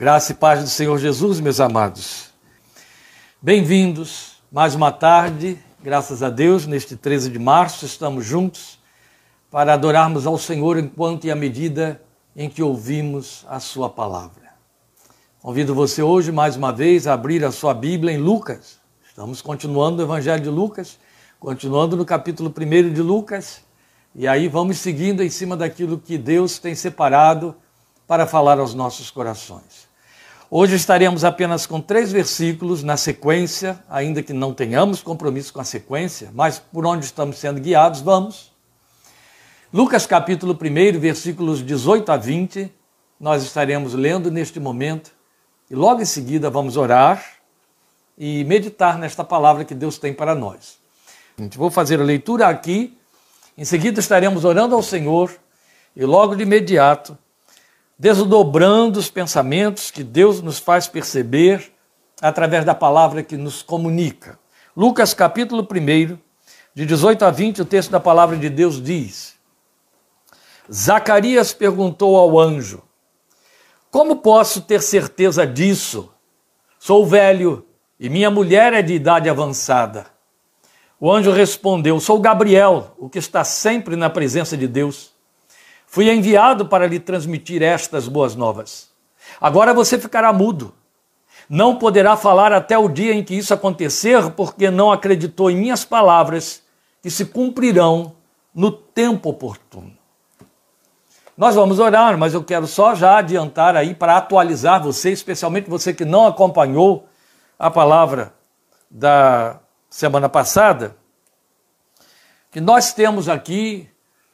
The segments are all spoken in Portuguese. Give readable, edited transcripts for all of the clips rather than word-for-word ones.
Graça e paz do Senhor Jesus, meus amados. Bem-vindos, mais uma tarde, graças a Deus, neste 13 de março, estamos juntos para adorarmos ao Senhor enquanto e à medida em que ouvimos a sua palavra. Convido você hoje, mais uma vez, a abrir a sua Bíblia em Lucas. Estamos continuando o Evangelho de Lucas, continuando no capítulo 1 de Lucas, e aí vamos seguindo em cima daquilo que Deus tem separado para falar aos nossos corações. Hoje estaremos apenas com 3 versículos na sequência, ainda que não tenhamos compromisso com a sequência, mas por onde estamos sendo guiados, vamos. Lucas capítulo 1, versículos 18 a 20, nós estaremos lendo neste momento, e logo em seguida vamos orar e meditar nesta palavra que Deus tem para nós. Vou fazer a leitura aqui, em seguida estaremos orando ao Senhor, e logo de imediato, desdobrando os pensamentos que Deus nos faz perceber através da palavra que nos comunica. Lucas capítulo 1, de 18 a 20, o texto da palavra de Deus diz: Zacarias perguntou ao anjo: como posso ter certeza disso? Sou velho e minha mulher é de idade avançada. O anjo respondeu: sou Gabriel, o que está sempre na presença de Deus. Fui enviado para lhe transmitir estas boas novas. Agora você ficará mudo. Não poderá falar até o dia em que isso acontecer, porque não acreditou em minhas palavras, que se cumprirão no tempo oportuno. Nós vamos orar, mas eu quero só já adiantar aí para atualizar você, especialmente você que não acompanhou a palavra da semana passada, que nós temos aqui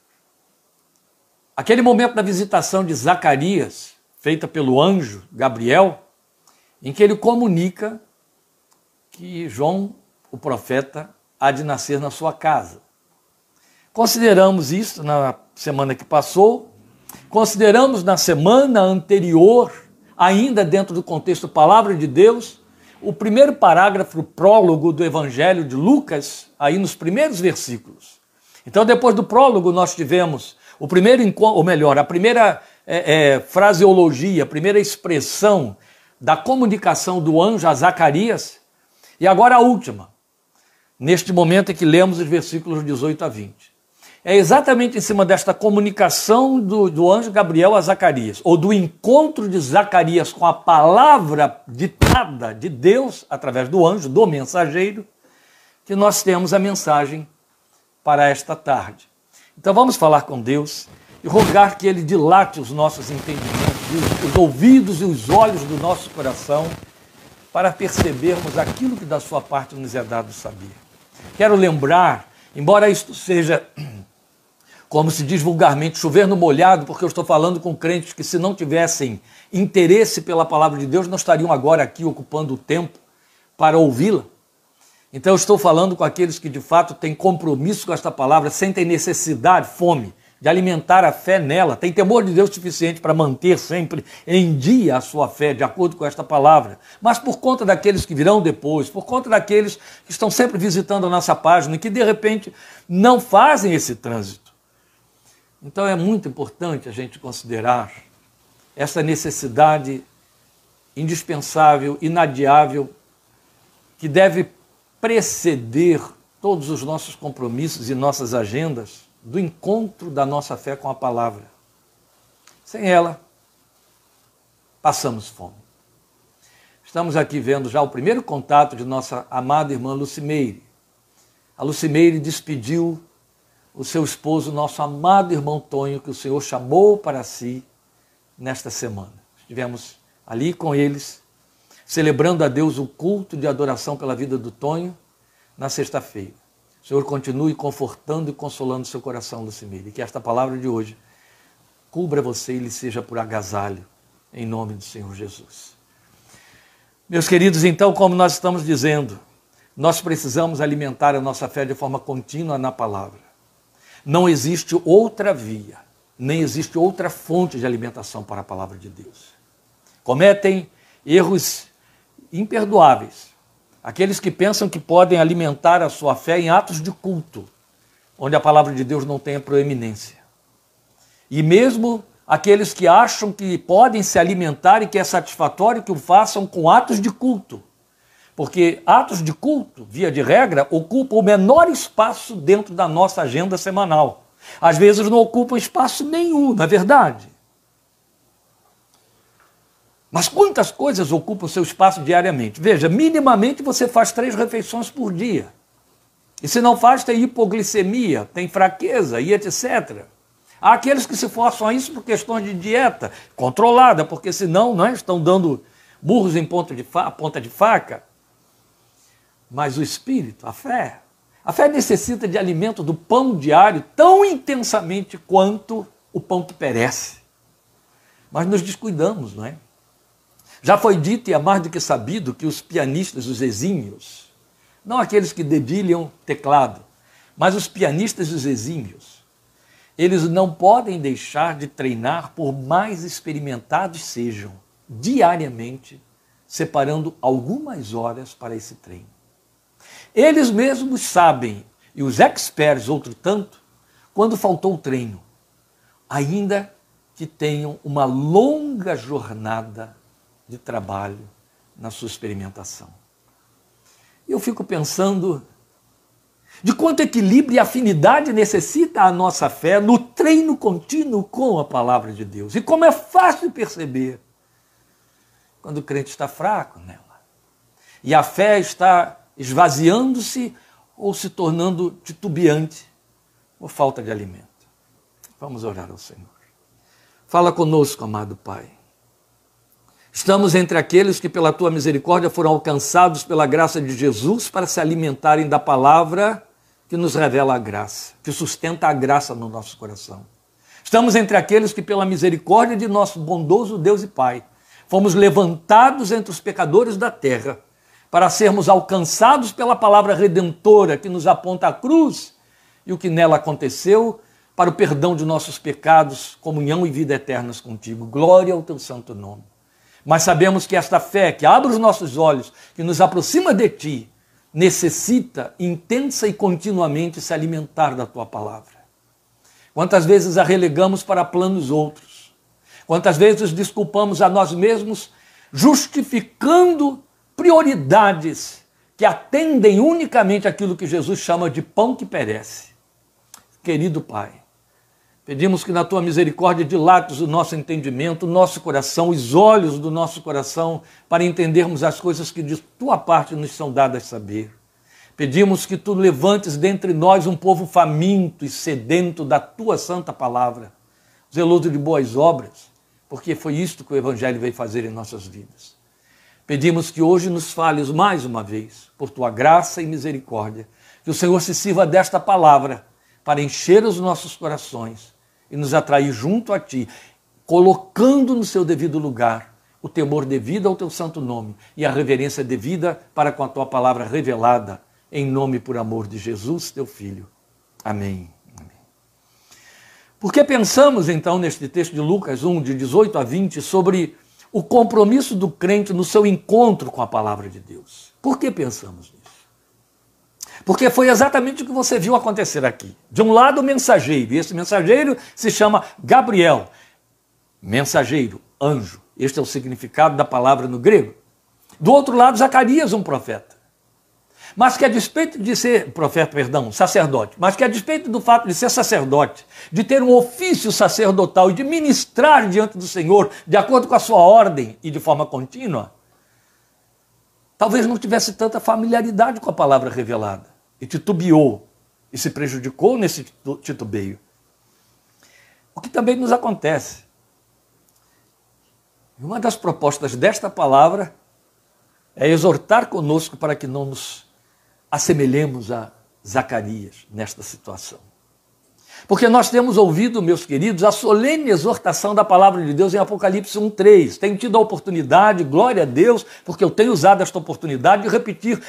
aquele momento da visitação de Zacarias, feita pelo anjo Gabriel, em que ele comunica que João, o profeta, há de nascer na sua casa. Consideramos isso na semana que passou, consideramos na semana anterior, ainda dentro do contexto Palavra de Deus, o primeiro parágrafo, o prólogo do Evangelho de Lucas, aí nos primeiros versículos. Então, depois do prólogo, nós tivemos o primeiro encontro, ou melhor, a primeira fraseologia, a primeira expressão da comunicação do anjo a Zacarias, e agora a última, neste momento em que lemos os versículos 18 a 20. É exatamente em cima desta comunicação do anjo Gabriel a Zacarias, ou do encontro de Zacarias com a palavra ditada de Deus, através do anjo, do mensageiro, que nós temos a mensagem para esta tarde. Então vamos falar com Deus e rogar que Ele dilate os nossos entendimentos, os ouvidos e os olhos do nosso coração, para percebermos aquilo que da sua parte nos é dado saber. Quero lembrar, embora isto seja, como se diz vulgarmente, chover no molhado, porque eu estou falando com crentes que, se não tivessem interesse pela palavra de Deus, não estariam agora aqui ocupando o tempo para ouvi-la. Então eu estou falando com aqueles que de fato têm compromisso com esta palavra, sentem necessidade, fome, de alimentar a fé nela, têm temor de Deus suficiente para manter sempre em dia a sua fé, de acordo com esta palavra. Mas por conta daqueles que virão depois, por conta daqueles que estão sempre visitando a nossa página e que de repente não fazem esse trânsito. Então é muito importante a gente considerar essa necessidade indispensável, inadiável, que deve preceder todos os nossos compromissos e nossas agendas do encontro da nossa fé com a palavra. Sem ela, passamos fome. Estamos aqui vendo já o primeiro contato de nossa amada irmã Lucimeire. A Lucimeire despediu o seu esposo, nosso amado irmão Tonho, que o Senhor chamou para si nesta semana. Estivemos ali com eles, celebrando a Deus o culto de adoração pela vida do Tonho na sexta-feira. O Senhor continue confortando e consolando seu coração, Lucimeire, e que esta palavra de hoje cubra você e lhe seja por agasalho, em nome do Senhor Jesus. Meus queridos, então, como nós estamos dizendo, nós precisamos alimentar a nossa fé de forma contínua na palavra. Não existe outra via, nem existe outra fonte de alimentação para a palavra de Deus. Cometem erros imperdoáveis aqueles que pensam que podem alimentar a sua fé em atos de culto, onde a palavra de Deus não tem a proeminência. E mesmo aqueles que acham que podem se alimentar e que é satisfatório que o façam com atos de culto. Porque atos de culto, via de regra, ocupam o menor espaço dentro da nossa agenda semanal. Às vezes não ocupam espaço nenhum, não é verdade? Mas quantas coisas ocupam o seu espaço diariamente? Veja, minimamente você faz 3 refeições por dia. E se não faz, tem hipoglicemia, tem fraqueza e etc. Há aqueles que se forçam a isso por questões de dieta controlada, porque senão não estão dando burros em ponta de faca. Mas o espírito, a fé necessita de alimento do pão diário tão intensamente quanto o pão que perece. Mas nos descuidamos, não é? Já foi dito e é mais do que sabido que os pianistas, os exímios, não aqueles que dedilham teclado, mas os pianistas, os exímios, eles não podem deixar de treinar, por mais experimentados sejam, diariamente, separando algumas horas para esse treino. Eles mesmos sabem, e os experts outro tanto, quando faltou o treino, ainda que tenham uma longa jornada de trabalho na sua experimentação. Eu fico pensando de quanto equilíbrio e afinidade necessita a nossa fé no treino contínuo com a palavra de Deus. E como é fácil perceber quando o crente está fraco nela. E a fé está esvaziando-se ou se tornando titubeante por falta de alimento. Vamos orar ao Senhor. Fala conosco, amado Pai. Estamos entre aqueles que pela Tua misericórdia foram alcançados pela graça de Jesus para se alimentarem da palavra que nos revela a graça, que sustenta a graça no nosso coração. Estamos entre aqueles que pela misericórdia de nosso bondoso Deus e Pai fomos levantados entre os pecadores da terra para sermos alcançados pela palavra redentora que nos aponta a cruz e o que nela aconteceu para o perdão de nossos pecados, comunhão e vida eternas contigo. Glória ao teu santo nome. Mas sabemos que esta fé que abre os nossos olhos, que nos aproxima de ti, necessita intensa e continuamente se alimentar da tua palavra. Quantas vezes a relegamos para planos outros? Quantas vezes desculpamos a nós mesmos, justificando prioridades que atendem unicamente aquilo que Jesus chama de pão que perece. Querido Pai, pedimos que na Tua misericórdia dilates o nosso entendimento, o nosso coração, os olhos do nosso coração, para entendermos as coisas que de Tua parte nos são dadas a saber. Pedimos que Tu levantes dentre nós um povo faminto e sedento da Tua santa palavra, zeloso de boas obras, porque foi isto que o Evangelho veio fazer em nossas vidas. Pedimos que hoje nos fales mais uma vez, por Tua graça e misericórdia, que o Senhor se sirva desta palavra para encher os nossos corações e nos atrair junto a Ti, colocando no seu devido lugar o temor devido ao Teu santo nome e a reverência devida para com a Tua palavra revelada, em nome e por amor de Jesus, Teu Filho. Amém. Amém. Por que pensamos então neste texto de Lucas 1, de 18 a 20, sobre o compromisso do crente no seu encontro com a palavra de Deus? Por que pensamos nisso? Porque foi exatamente o que você viu acontecer aqui. De um lado, o mensageiro, e esse mensageiro se chama Gabriel. Mensageiro, anjo. Este é o significado da palavra no grego. Do outro lado, Zacarias, um profeta. Mas que a despeito de ser sacerdote, mas que a despeito do fato de ser sacerdote, de ter um ofício sacerdotal e de ministrar diante do Senhor, de acordo com a sua ordem e de forma contínua, talvez não tivesse tanta familiaridade com a palavra revelada e titubeou e se prejudicou nesse titubeio. O que também nos acontece. Uma das propostas desta palavra é exortar conosco para que não nos assemelhemos a Zacarias nesta situação. Porque nós temos ouvido, meus queridos, a solene exortação da palavra de Deus em Apocalipse 1:3. Tenho tido a oportunidade, glória a Deus, porque eu tenho usado esta oportunidade de repetir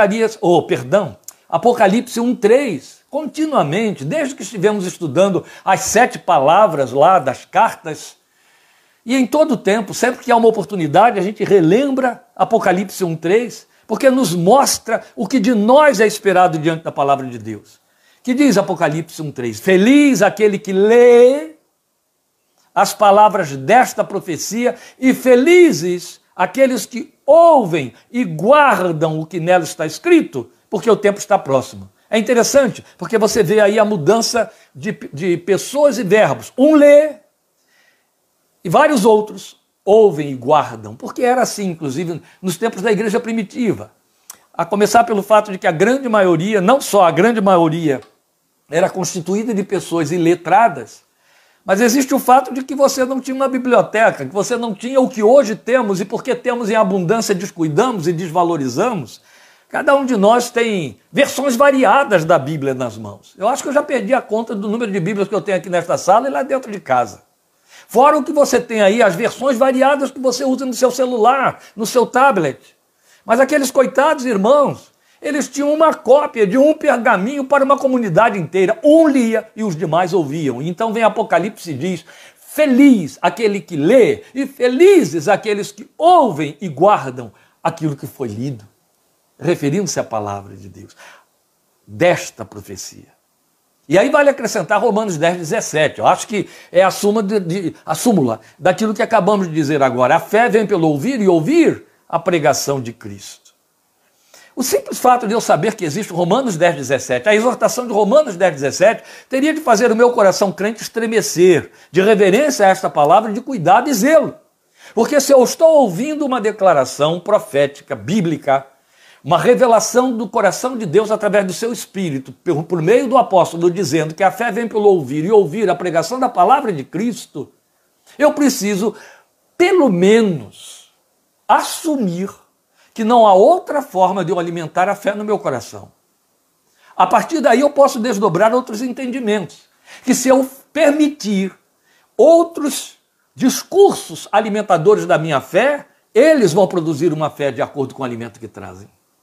Apocalipse 1:3, continuamente, desde que estivemos estudando as 7 palavras lá das cartas. E em todo o tempo, sempre que há uma oportunidade, a gente relembra Apocalipse 1:3, porque nos mostra o que de nós é esperado diante da palavra de Deus. Que diz Apocalipse 1:3, feliz aquele que lê as palavras desta profecia, e felizes aqueles que ouvem e guardam o que nela está escrito, porque o tempo está próximo. É interessante, porque você vê aí a mudança de pessoas e verbos. Um lê e vários outros ouvem e guardam, porque era assim, inclusive, nos tempos da igreja primitiva. A começar pelo fato de que a grande maioria, não só a grande maioria, era constituída de pessoas iletradas, mas existe o fato de que você não tinha uma biblioteca, que você não tinha o que hoje temos, e porque temos em abundância, descuidamos e desvalorizamos. Cada um de nós tem versões variadas da Bíblia nas mãos. Eu acho que eu já perdi a conta do número de Bíblias que eu tenho aqui nesta sala e lá dentro de casa. Fora o que você tem aí, as versões variadas que você usa no seu celular, no seu tablet. Mas aqueles coitados irmãos, eles tinham uma cópia de um pergaminho para uma comunidade inteira. Um lia e os demais ouviam. Então vem Apocalipse e diz: feliz aquele que lê e felizes aqueles que ouvem e guardam aquilo que foi lido. Referindo-se à palavra de Deus, desta profecia. E aí vale acrescentar Romanos 10, 17. Eu acho que é a súmula daquilo que acabamos de dizer agora. A fé vem pelo ouvir e ouvir a pregação de Cristo. O simples fato de eu saber que existe Romanos 10, 17, a exortação de Romanos 10, 17, teria de fazer o meu coração crente estremecer, de reverência a esta palavra, de cuidado e zelo. Porque se eu estou ouvindo uma declaração profética, bíblica, uma revelação do coração de Deus através do seu Espírito, por meio do apóstolo, dizendo que a fé vem pelo ouvir e ouvir a pregação da palavra de Cristo, eu preciso, pelo menos, assumir que não há outra forma de eu alimentar a fé no meu coração. A partir daí eu posso desdobrar outros entendimentos, que se eu permitir outros discursos alimentadores da minha fé, eles vão produzir uma fé de acordo com o alimento que trazem.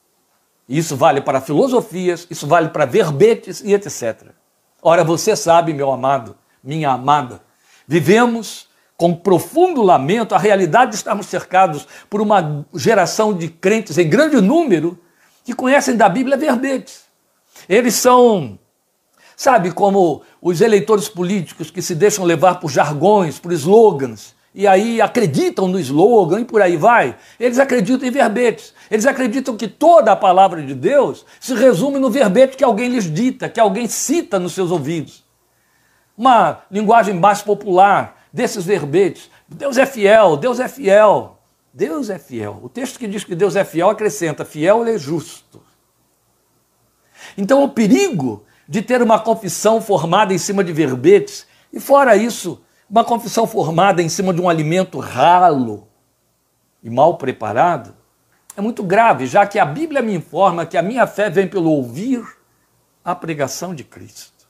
Isso vale para filosofias, isso vale para verbetes e etc. Ora, você sabe, meu amado, minha amada, vivemos com profundo lamento a realidade de estarmos cercados por uma geração de crentes em grande número que conhecem da Bíblia verbetes. Eles são, sabe, como os eleitores políticos que se deixam levar por jargões, por slogans, e aí acreditam no slogan e por aí vai. Eles acreditam em verbetes. Eles acreditam que toda a palavra de Deus se resume no verbete que alguém lhes dita, que alguém cita nos seus ouvidos. Uma linguagem mais popular desses verbetes. Deus é fiel, Deus é fiel. Deus é fiel. O texto que diz que Deus é fiel acrescenta: fiel é justo. Então o perigo de ter uma confissão formada em cima de verbetes, e fora isso, uma confissão formada em cima de um alimento ralo e mal preparado, é muito grave, já que a Bíblia me informa que a minha fé vem pelo ouvir a pregação de Cristo.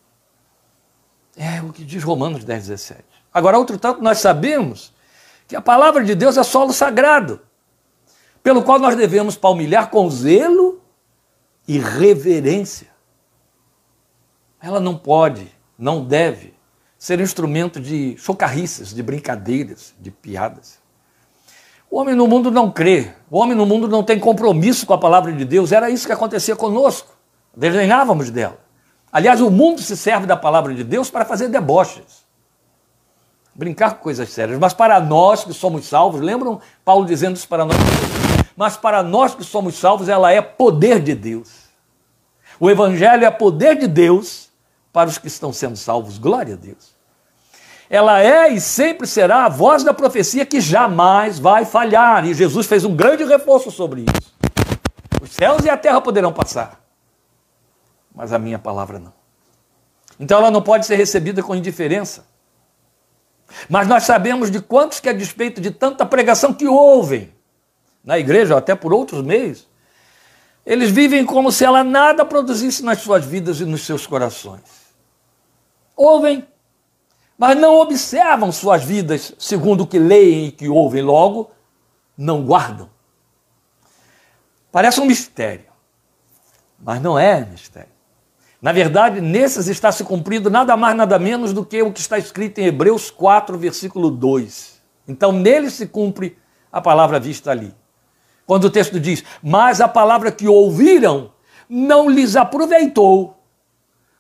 É o que diz Romanos 10, 17. Agora, outro tanto, nós sabemos que a palavra de Deus é solo sagrado, pelo qual nós devemos palmilhar com zelo e reverência. Ela não pode, não deve ser instrumento de chocarrices, de brincadeiras, de piadas. O homem no mundo não crê, o homem no mundo não tem compromisso com a palavra de Deus. Era isso que acontecia conosco, desdenhávamos dela. Aliás, o mundo se serve da palavra de Deus para fazer deboches, brincar com coisas sérias. Mas para nós que somos salvos, lembram Paulo dizendo isso para nós? Mas para nós que somos salvos, ela é poder de Deus. O evangelho é poder de Deus para os que estão sendo salvos. Glória a Deus. Ela é e sempre será a voz da profecia que jamais vai falhar. E Jesus fez um grande reforço sobre isso. Os céus e a terra poderão passar, mas a minha palavra não. Então ela não pode ser recebida com indiferença. Mas nós sabemos de quantos que, a despeito de tanta pregação que ouvem na igreja, ou até por outros meios, eles vivem como se ela nada produzisse nas suas vidas e nos seus corações. Ouvem, mas não observam suas vidas segundo o que leem e que ouvem, logo não guardam. Parece um mistério, mas não é mistério. Na verdade, nesses está se cumprindo nada mais, nada menos do que o que está escrito em Hebreus 4, versículo 2. Então, nele se cumpre a palavra vista ali. Quando o texto diz: mas a palavra que ouviram não lhes aproveitou,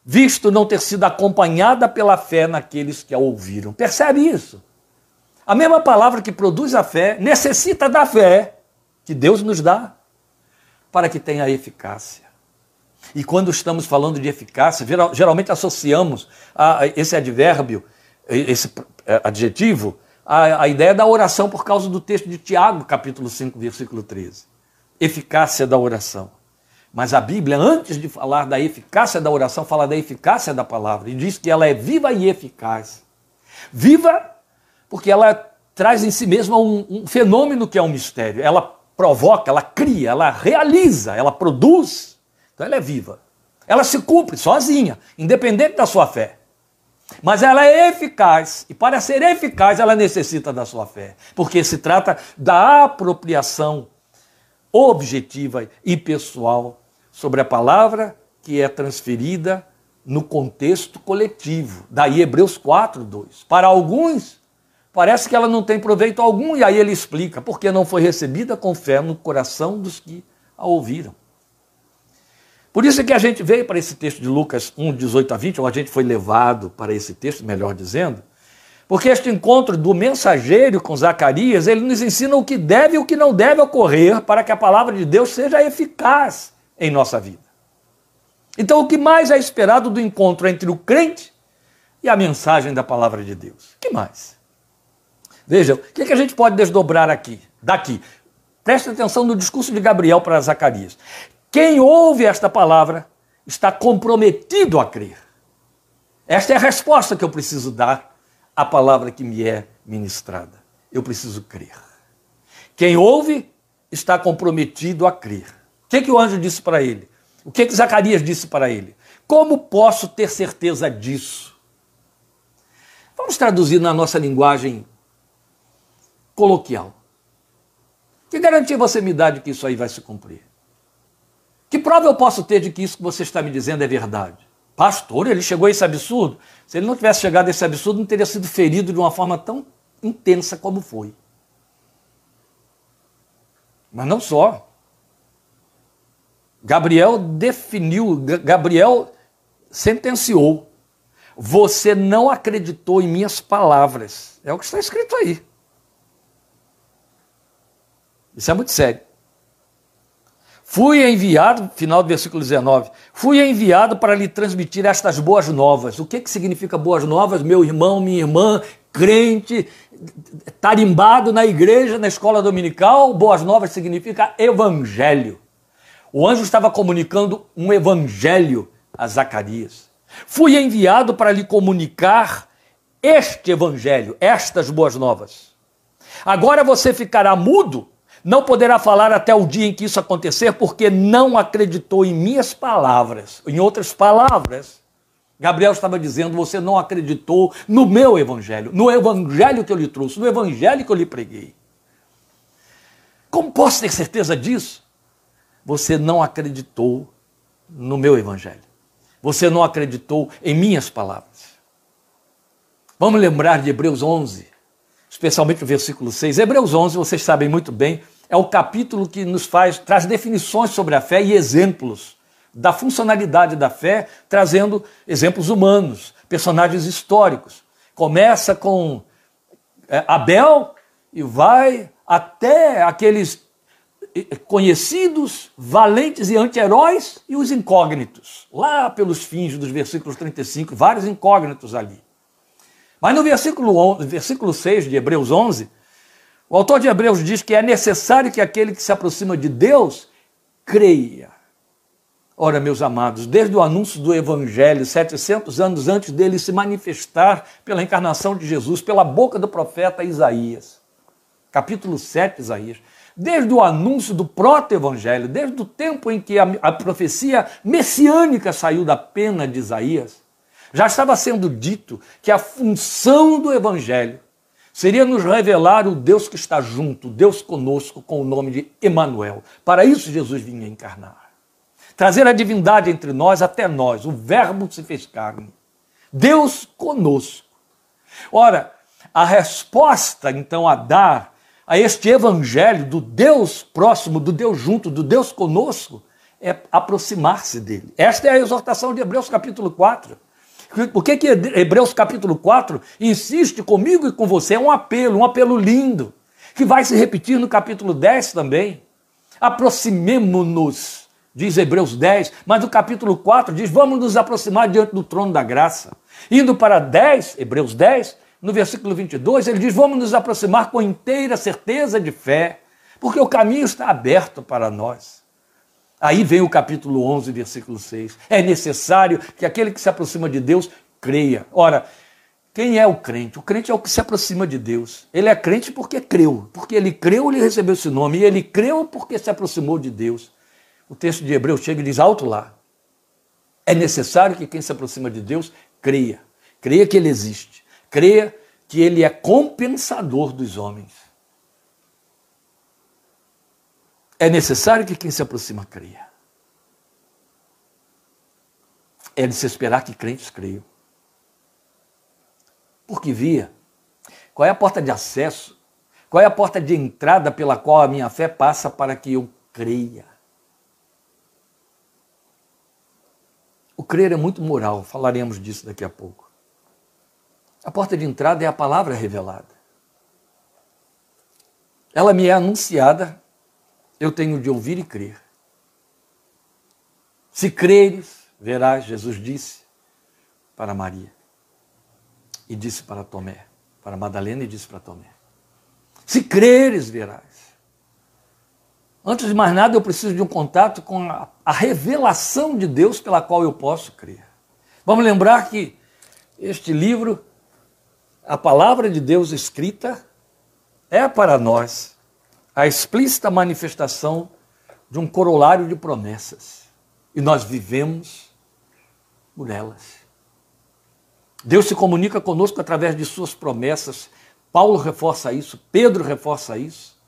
visto não ter sido acompanhada pela fé naqueles que a ouviram. Percebe isso? A mesma palavra que produz a fé necessita da fé que Deus nos dá para que tenha eficácia. E quando estamos falando de eficácia, geralmente associamos esse advérbio, esse adjetivo, a ideia da oração por causa do texto de Tiago, capítulo 5, versículo 13. Eficácia da oração. Mas a Bíblia, antes de falar da eficácia da oração, fala da eficácia da palavra. E diz que ela é viva e eficaz. Viva porque ela traz em si mesma um fenômeno que é um mistério. Ela provoca, ela cria, ela realiza, ela produz. Então ela é viva. Ela se cumpre sozinha, independente da sua fé. Mas ela é eficaz, e para ser eficaz ela necessita da sua fé, porque se trata da apropriação objetiva e pessoal sobre a palavra que é transferida no contexto coletivo. Daí Hebreus 4:2. Para alguns, parece que ela não tem proveito algum, e aí ele explica, porque não foi recebida com fé no coração dos que a ouviram. Por isso é que a gente veio para esse texto de Lucas 1:18-20, ou a gente foi levado para esse texto, melhor dizendo, porque este encontro do mensageiro com Zacarias, ele nos ensina o que deve e o que não deve ocorrer para que a palavra de Deus seja eficaz em nossa vida. Então, o que mais é esperado do encontro entre o crente e a mensagem da palavra de Deus? O que mais? Vejam, o que a gente pode desdobrar daqui? Preste atenção no discurso de Gabriel para Zacarias. Quem ouve esta palavra está comprometido a crer. Esta é a resposta que eu preciso dar à palavra que me é ministrada. Eu preciso crer. Quem ouve está comprometido a crer. O que o anjo disse para ele? O que Zacarias disse para ele? Como posso ter certeza disso? Vamos traduzir na nossa linguagem coloquial. Que garantia você me dá de que isso aí vai se cumprir? Que prova eu posso ter de que isso que você está me dizendo é verdade? Pastor, ele chegou a esse absurdo? Se ele não tivesse chegado a esse absurdo, não teria sido ferido de uma forma tão intensa como foi. Mas não só. Gabriel sentenciou. Você não acreditou em minhas palavras. É o que está escrito aí. Isso é muito sério. Fui enviado, final do versículo 19, fui enviado para lhe transmitir estas boas novas. O que significa boas novas? Meu irmão, minha irmã, crente, tarimbado na igreja, na escola dominical, boas novas significa evangelho. O anjo estava comunicando um evangelho a Zacarias. Fui enviado para lhe comunicar este evangelho, estas boas novas. Agora você ficará mudo, não poderá falar até o dia em que isso acontecer, porque não acreditou em minhas palavras. Em outras palavras, Gabriel estava dizendo, você não acreditou no meu evangelho, no evangelho que eu lhe trouxe, no evangelho que eu lhe preguei. Como posso ter certeza disso? Você não acreditou no meu evangelho. Você não acreditou em minhas palavras. Vamos lembrar de Hebreus 11, especialmente o versículo 6. Hebreus 11, vocês sabem muito bem, é o capítulo que traz definições sobre a fé e exemplos da funcionalidade da fé, trazendo exemplos humanos, personagens históricos. Começa com Abel e vai até aqueles conhecidos, valentes e anti-heróis e os incógnitos. Lá pelos fins dos versículos 35, vários incógnitos ali. Mas no versículo 6 de Hebreus 11, o autor de Hebreus diz que é necessário que aquele que se aproxima de Deus creia. Ora, meus amados, desde o anúncio do Evangelho, 700 anos antes dele se manifestar pela encarnação de Jesus, pela boca do profeta Isaías, capítulo 7 de Isaías, desde o anúncio do proto-evangelho, desde o tempo em que a profecia messiânica saiu da pena de Isaías, já estava sendo dito que a função do evangelho seria nos revelar o Deus que está junto, Deus conosco, com o nome de Emanuel. Para isso Jesus vinha encarnar. Trazer a divindade entre nós, até nós. O verbo se fez carne. Deus conosco. Ora, a resposta, então, a dar a este evangelho do Deus próximo, do Deus junto, do Deus conosco, é aproximar-se dele. Esta é a exortação de Hebreus capítulo 4. Por que Hebreus capítulo 4 insiste comigo e com você? É um apelo lindo, que vai se repetir no capítulo 10 também. Aproximemo-nos, diz Hebreus 10, mas no capítulo 4 diz, vamos nos aproximar diante do trono da graça. Indo para 10, Hebreus 10, no versículo 22, ele diz, vamos nos aproximar com inteira certeza de fé, porque o caminho está aberto para nós. Aí vem o capítulo 11, versículo 6. É necessário que aquele que se aproxima de Deus creia. Ora, quem é o crente? O crente é o que se aproxima de Deus. Ele é crente porque creu. Porque ele creu, ele recebeu esse nome. E ele creu porque se aproximou de Deus. O texto de Hebreus chega e diz alto lá. É necessário que quem se aproxima de Deus creia. Creia que ele existe. Creia que ele é compensador dos homens. É necessário que quem se aproxima creia. É de se esperar que crentes creiam. Porque via, qual é a porta de acesso, qual é a porta de entrada pela qual a minha fé passa para que eu creia. O crer é muito moral, falaremos disso daqui a pouco. A porta de entrada é a palavra revelada. Ela me é anunciada, eu tenho de ouvir e crer. Se creres, verás, Jesus disse para Maria. E disse para Tomé, para Madalena e disse para Tomé. Se creres, verás. Antes de mais nada, eu preciso de um contato com a revelação de Deus pela qual eu posso crer. Vamos lembrar que este livro, a palavra de Deus escrita, é para nós a explícita manifestação de um corolário de promessas. E nós vivemos por elas. Deus se comunica conosco através de suas promessas. Paulo reforça isso, Pedro reforça isso.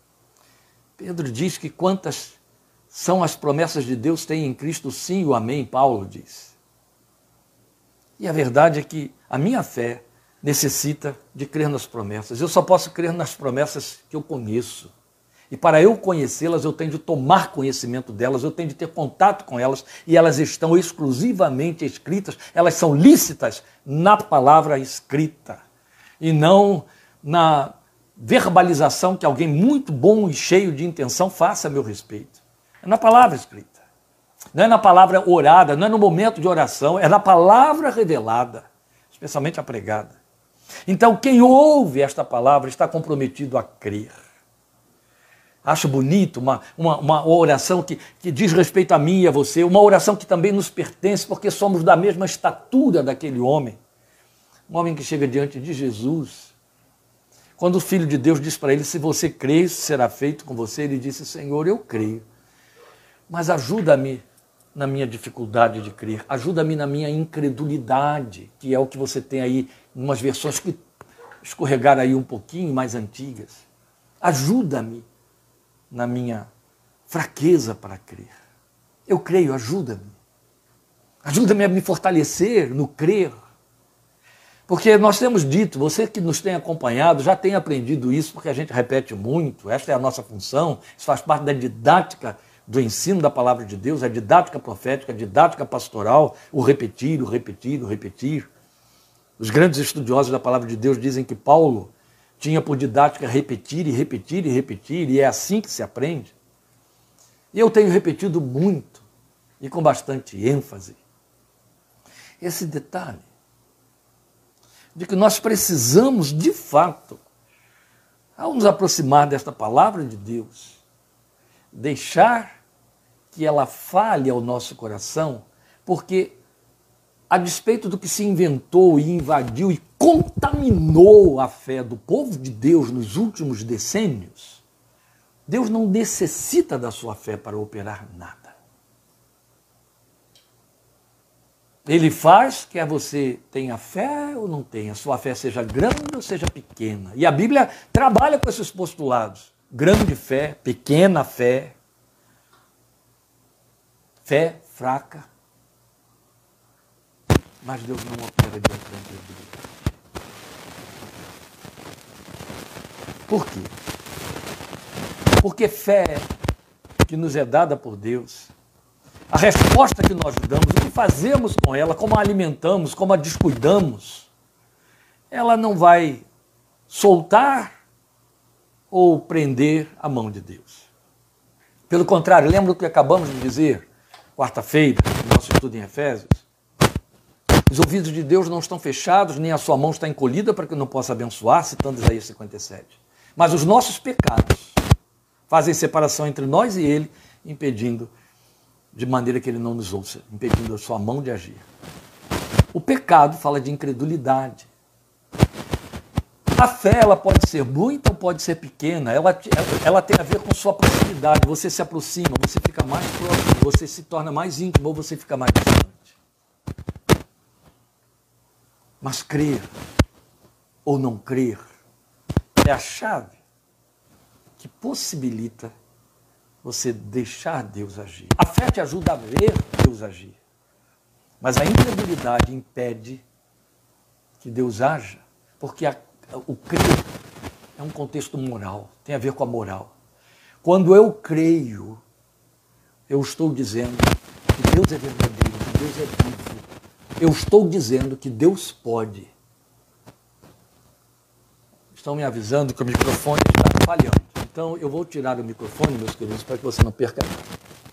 Pedro diz que quantas são as promessas de Deus, tem em Cristo sim e o amém, Paulo diz. E a verdade é que a minha fé necessita de crer nas promessas. Eu só posso crer nas promessas que eu conheço. E para eu conhecê-las, eu tenho de tomar conhecimento delas, eu tenho de ter contato com elas, e elas estão exclusivamente escritas, elas são lícitas na palavra escrita, e não na verbalização que alguém muito bom e cheio de intenção faça a meu respeito. É na palavra escrita, não é na palavra orada, não é no momento de oração, é na palavra revelada, especialmente a pregada. Então, quem ouve esta palavra está comprometido a crer. Acho bonito uma oração que diz respeito a mim e a você, uma oração que também nos pertence, porque somos da mesma estatura daquele homem. Um homem que chega diante de Jesus. Quando o Filho de Deus diz para ele, se você crê, isso será feito com você, ele disse, Senhor, eu creio, mas ajuda-me na minha dificuldade de crer, ajuda-me na minha incredulidade, que é o que você tem aí, em umas versões que escorregaram aí um pouquinho mais antigas. Ajuda-me na minha fraqueza para crer. Eu creio, ajuda-me. Ajuda-me a me fortalecer no crer. Porque nós temos dito, você que nos tem acompanhado, já tem aprendido isso, porque a gente repete muito, esta é a nossa função, isso faz parte da didática do ensino da palavra de Deus, a didática profética, a didática pastoral, o repetir, o repetir, o repetir. Os grandes estudiosos da palavra de Deus dizem que Paulo tinha por didática repetir e repetir e repetir, e é assim que se aprende. E eu tenho repetido muito, e com bastante ênfase, esse detalhe de que nós precisamos, de fato, ao nos aproximar desta palavra de Deus, deixar que ela fale ao nosso coração, porque a despeito do que se inventou e invadiu e contaminou a fé do povo de Deus nos últimos decênios, Deus não necessita da sua fé para operar nada. Ele faz, quer você tenha fé ou não tenha, sua fé seja grande ou seja pequena. E a Bíblia trabalha com esses postulados. Grande fé, pequena fé, fé fraca. Mas Deus não opera diante da incredulidade. Por quê? Porque fé que nos é dada por Deus a resposta que nós damos, o que fazemos com ela, como a alimentamos, como a descuidamos, ela não vai soltar ou prender a mão de Deus. Pelo contrário, lembra o que acabamos de dizer quarta-feira, no nosso estudo em Efésios? Os ouvidos de Deus não estão fechados, nem a sua mão está encolhida para que não possa abençoar, citando Isaías 57. Mas os nossos pecados fazem separação entre nós e Ele, impedindo de maneira que Ele não nos ouça, impedindo a sua mão de agir. O pecado fala de incredulidade. A fé, ela pode ser muita ou pode ser pequena, ela tem a ver com sua proximidade. Você se aproxima, você fica mais próximo, você se torna mais íntimo ou você fica mais distante. Mas crer ou não crer é a chave que possibilita você deixar Deus agir. A fé te ajuda a ver Deus agir, mas a incredulidade impede que Deus haja, porque o crer é um contexto moral, tem a ver com a moral. Quando eu creio, eu estou dizendo que Deus é verdadeiro, que Deus é vivo. Eu estou dizendo que Deus pode. Estão me avisando que o microfone está falhando. Então eu vou tirar o microfone, meus queridos, para que você não perca nada.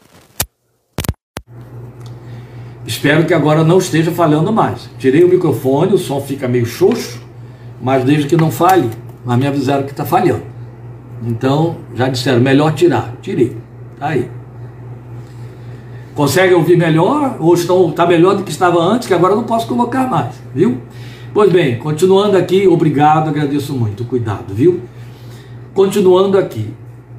Espero que agora não esteja falhando mais. Tirei o microfone, o som fica meio xoxo, mas desde que não falhe, mas me avisaram que está falhando. Então, já disseram, melhor tirar. Tirei. Está aí. Conseguem ouvir melhor? Ou está melhor do que estava antes, que agora eu não posso colocar mais, viu? Pois bem, continuando aqui, obrigado, agradeço muito, cuidado, viu? Continuando aqui.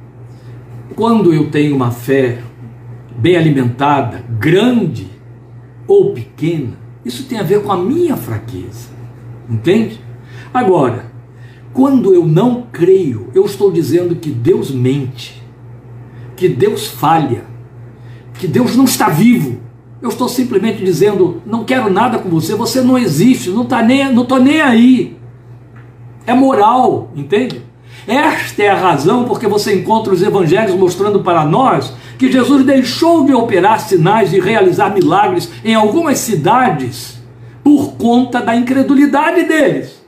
Quando eu tenho uma fé bem alimentada, grande ou pequena, isso tem a ver com a minha fraqueza, entende? Agora, quando eu não creio, eu estou dizendo que Deus mente, que Deus falha, que Deus não está vivo. Eu estou simplesmente dizendo, não quero nada com você, você não existe, não estou nem aí. É moral, entende? Esta é a razão porque você encontra os evangelhos mostrando para nós que Jesus deixou de operar sinais e realizar milagres em algumas cidades por conta da incredulidade deles.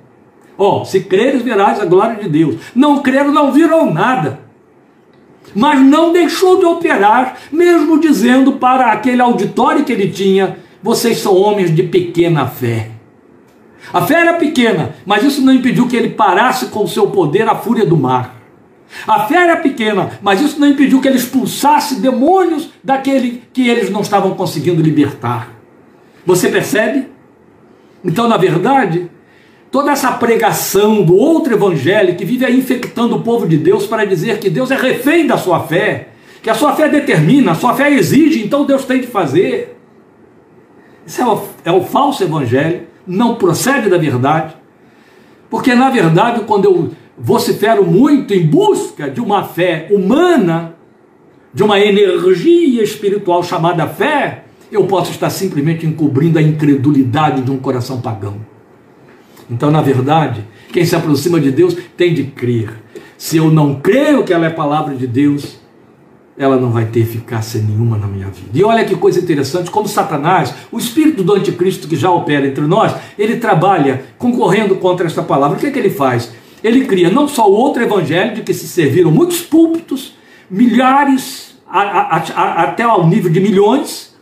Se creres verás a glória de Deus. Não creram, não viram nada. Mas não deixou de operar, mesmo dizendo para aquele auditório que ele tinha, vocês são homens de pequena fé. A fé era pequena, mas isso não impediu que ele parasse com o seu poder a fúria do mar. A fé era pequena, mas isso não impediu que ele expulsasse demônios daquele que eles não estavam conseguindo libertar. Você percebe? Então, na verdade, toda essa pregação do outro evangelho que vive aí infectando o povo de Deus para dizer que Deus é refém da sua fé, que a sua fé determina, a sua fé exige, então Deus tem de fazer. Isso é o falso evangelho, não procede da verdade, porque na verdade quando eu vocifero muito em busca de uma fé humana, de uma energia espiritual chamada fé, eu posso estar simplesmente encobrindo a incredulidade de um coração pagão. Então, na verdade, quem se aproxima de Deus tem de crer. Se eu não creio que ela é palavra de Deus, ela não vai ter eficácia nenhuma na minha vida. E olha que coisa interessante, como Satanás, o espírito do anticristo que já opera entre nós, ele trabalha concorrendo contra esta palavra. O que é que ele faz? Ele cria não só o outro evangelho, de que se serviram muitos púlpitos, milhares, até ao nível de milhões,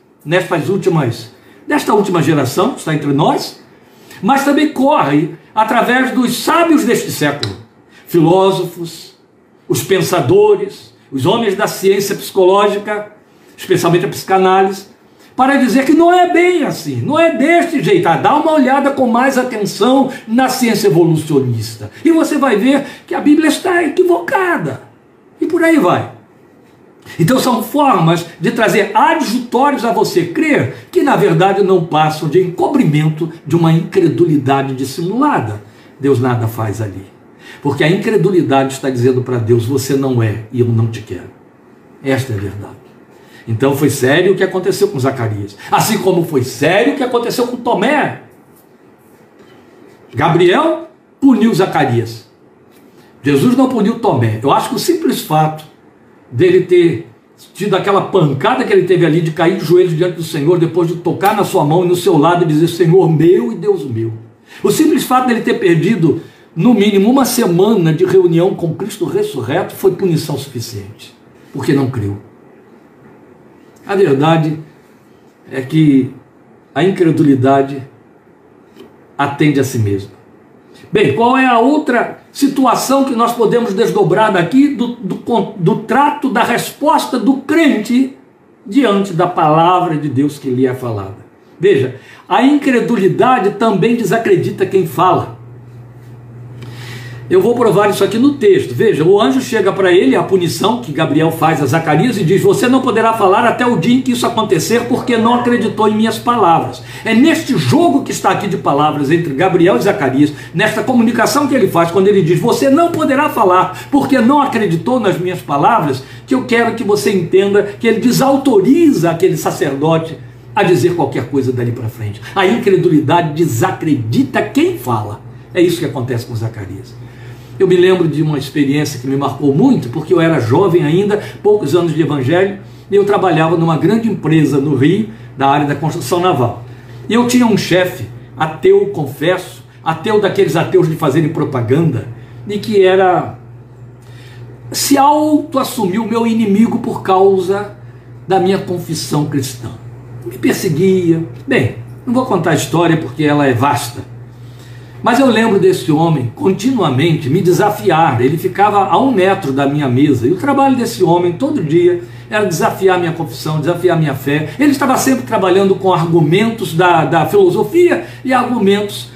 nesta última geração que está entre nós, mas também corre através dos sábios deste século, filósofos, os pensadores, os homens da ciência psicológica, especialmente a psicanálise, para dizer que não é bem assim, não é deste jeito. Dá uma olhada com mais atenção na ciência evolucionista e você vai ver que a Bíblia está equivocada, e por aí vai. Então são formas de trazer adjutórios a você crer que na verdade não passam de encobrimento de uma incredulidade dissimulada. Deus nada faz ali, porque a incredulidade está dizendo para Deus, você não é e eu não te quero. Esta é a verdade. Então foi sério o que aconteceu com Zacarias, assim como foi sério o que aconteceu com Tomé. Gabriel puniu Zacarias, Jesus não puniu Tomé. Eu acho que o simples fato dele ter tido aquela pancada que ele teve ali de cair de joelhos diante do Senhor, depois de tocar na sua mão e no seu lado e dizer: Senhor meu e Deus meu. O simples fato dele ter perdido, no mínimo, uma semana de reunião com Cristo ressurreto foi punição suficiente, porque não creu. A verdade é que a incredulidade atende a si mesma. Bem, qual é a outra situação que nós podemos desdobrar daqui do trato, da resposta do crente diante da palavra de Deus que lhe é falada? Veja, a incredulidade também desacredita quem fala. Eu vou provar isso aqui no texto. Veja, o anjo chega para ele, a punição que Gabriel faz a Zacarias, e diz: você não poderá falar até o dia em que isso acontecer, porque não acreditou em minhas palavras. É neste jogo que está aqui de palavras entre Gabriel e Zacarias, nesta comunicação que ele faz, quando ele diz: você não poderá falar, porque não acreditou nas minhas palavras, que eu quero que você entenda que ele desautoriza aquele sacerdote a dizer qualquer coisa dali para frente. A incredulidade desacredita quem fala. É isso que acontece com Zacarias. Eu me lembro de uma experiência que me marcou muito, porque eu era jovem ainda, poucos anos de evangelho, e eu trabalhava numa grande empresa no Rio, da área da construção naval. E eu tinha um chefe, ateu, confesso, ateu daqueles ateus de fazerem propaganda, e que se auto-assumiu meu inimigo por causa da minha confissão cristã. Me perseguia. Bem, não vou contar a história porque ela é vasta. Mas eu lembro desse homem continuamente me desafiar. Ele ficava a 1 metro da minha mesa. E o trabalho desse homem todo dia era desafiar minha confissão, desafiar minha fé. Ele estava sempre trabalhando com argumentos da filosofia e argumentos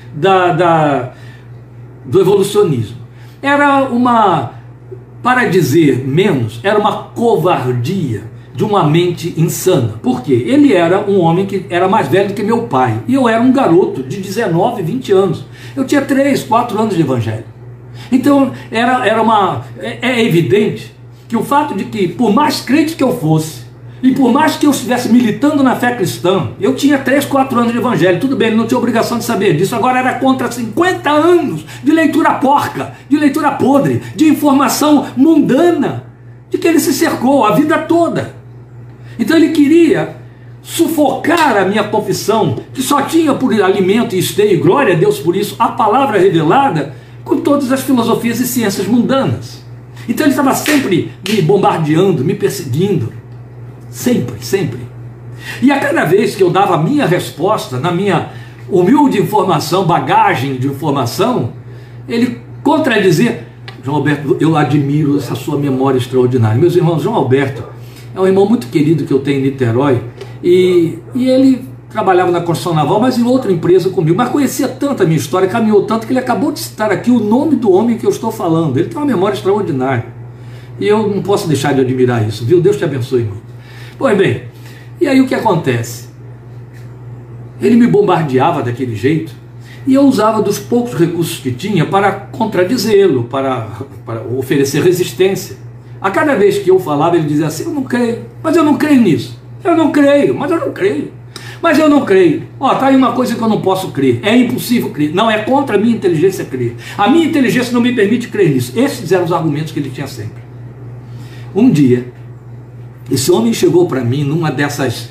do evolucionismo. Era para dizer menos, era uma covardia de uma mente insana. Por quê? Ele era um homem que era mais velho do que meu pai. E eu era um garoto de 19, 20 anos. Eu tinha 3, 4 anos de evangelho. Então é evidente que o fato de que, por mais crente que eu fosse, e por mais que eu estivesse militando na fé cristã, eu tinha 3, 4 anos de evangelho. Tudo bem, ele não tinha obrigação de saber disso. Agora era contra 50 anos de leitura porca, de leitura podre, de informação mundana, de que ele se cercou a vida toda. Então ele queria sufocar a minha confissão, que só tinha por alimento e esteio, glória a Deus por isso, a palavra revelada, com todas as filosofias e ciências mundanas. Então ele estava sempre me bombardeando, me perseguindo, sempre. E a cada vez que eu dava a minha resposta, na minha humilde informação, bagagem de informação, ele contradizia: João Alberto, eu admiro essa sua memória extraordinária. Meus irmãos, João Alberto é um irmão muito querido que eu tenho em Niterói, e ele trabalhava na construção naval, mas em outra empresa comigo, mas conhecia tanto a minha história, caminhou tanto, que ele acabou de citar aqui o nome do homem que eu estou falando. Ele tem uma memória extraordinária, e eu não posso deixar de admirar isso, viu? Deus te abençoe muito. Pois bem, e aí o que acontece? Ele me bombardeava daquele jeito, e eu usava dos poucos recursos que tinha para contradizê-lo, para oferecer resistência. A cada vez que eu falava, ele dizia assim: eu não creio, mas eu não creio nisso. Eu não creio, mas eu não creio. Mas eu não creio. Ó, tá aí uma coisa que eu não posso crer. É impossível crer. Não, é contra a minha inteligência crer. A minha inteligência não me permite crer nisso. Esses eram os argumentos que ele tinha sempre. Um dia, esse homem chegou para mim numa dessas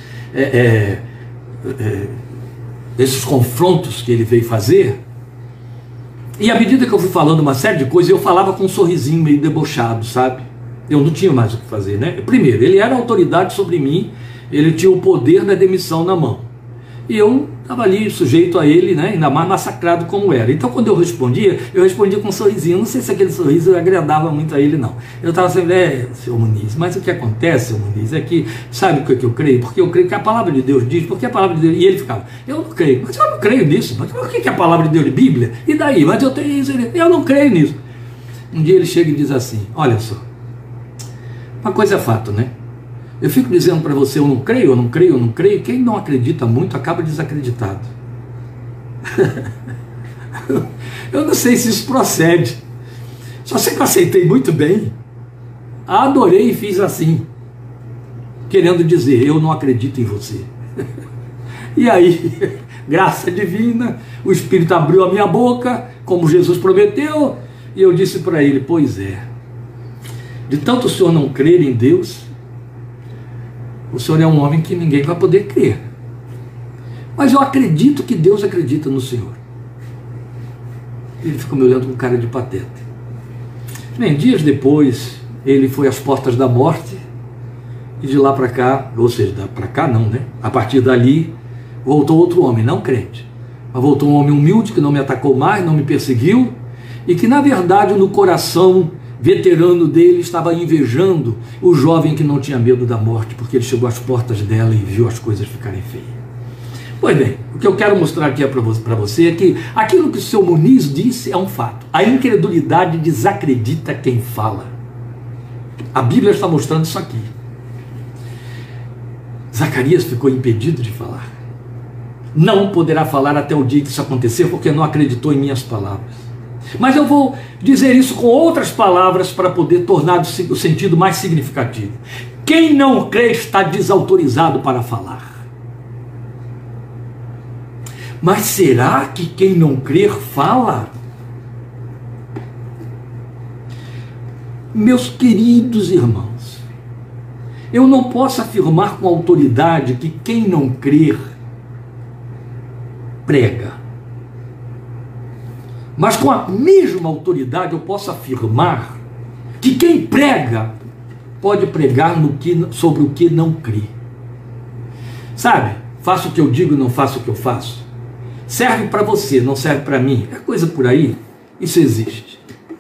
esses confrontos que ele veio fazer, e à medida que eu fui falando uma série de coisas, eu falava com um sorrisinho meio debochado, sabe? Eu não tinha mais o que fazer, né? Primeiro, ele era autoridade sobre mim, ele tinha o poder da demissão na mão. E eu estava ali sujeito a ele, né? Ainda mais massacrado como era. Então, quando eu respondia com um sorrisinho. Não sei se aquele sorriso agradava muito a ele, não. Eu estava sempre: seu Muniz, mas o que acontece, seu Muniz, é que, sabe o que eu creio? Porque eu creio que a palavra de Deus diz, porque a palavra de Deus... E ele ficava: eu não creio, mas eu não creio nisso. Mas o que é a palavra de Deus de Bíblia? E daí? Mas eu tenho isso, eu não creio nisso. Um dia ele chega e diz assim: olha só, uma coisa é fato, né? Eu fico dizendo para você: eu não creio, eu não creio, eu não creio. Quem não acredita muito acaba desacreditado. Eu não sei se isso procede. Só sei que eu aceitei muito bem, adorei e fiz assim, querendo dizer: eu não acredito em você. E aí, graça divina, o Espírito abriu a minha boca, como Jesus prometeu, e eu disse para ele: pois é, de tanto o senhor não crer em Deus, o senhor é um homem que ninguém vai poder crer. Mas eu acredito que Deus acredita no senhor. Ele ficou me olhando com cara de pateta. Bem, dias depois, ele foi às portas da morte, e de lá para cá, ou seja, para cá não, né? A partir dali, voltou outro homem, não crente, mas voltou um homem humilde, que não me atacou mais, não me perseguiu, e que na verdade no coração veterano dele estava invejando o jovem que não tinha medo da morte, porque ele chegou às portas dela e viu as coisas ficarem feias. Pois bem, o que eu quero mostrar aqui para você é que aquilo que o seu Muniz disse é um fato. A incredulidade desacredita quem fala. A Bíblia está mostrando isso aqui. Zacarias ficou impedido de falar. Não poderá falar até o dia que isso acontecer, porque não acreditou em minhas palavras. Mas eu vou dizer isso com outras palavras para poder tornar o sentido mais significativo. Quem não crê está desautorizado para falar. Mas será que quem não crer fala? Meus queridos irmãos, eu não posso afirmar com autoridade que quem não crer prega. Mas com a mesma autoridade eu posso afirmar que quem prega pode pregar sobre o que não crê. Sabe, faço o que eu digo e não faço o que eu faço. Serve para você, não serve para mim. É coisa por aí. Isso existe.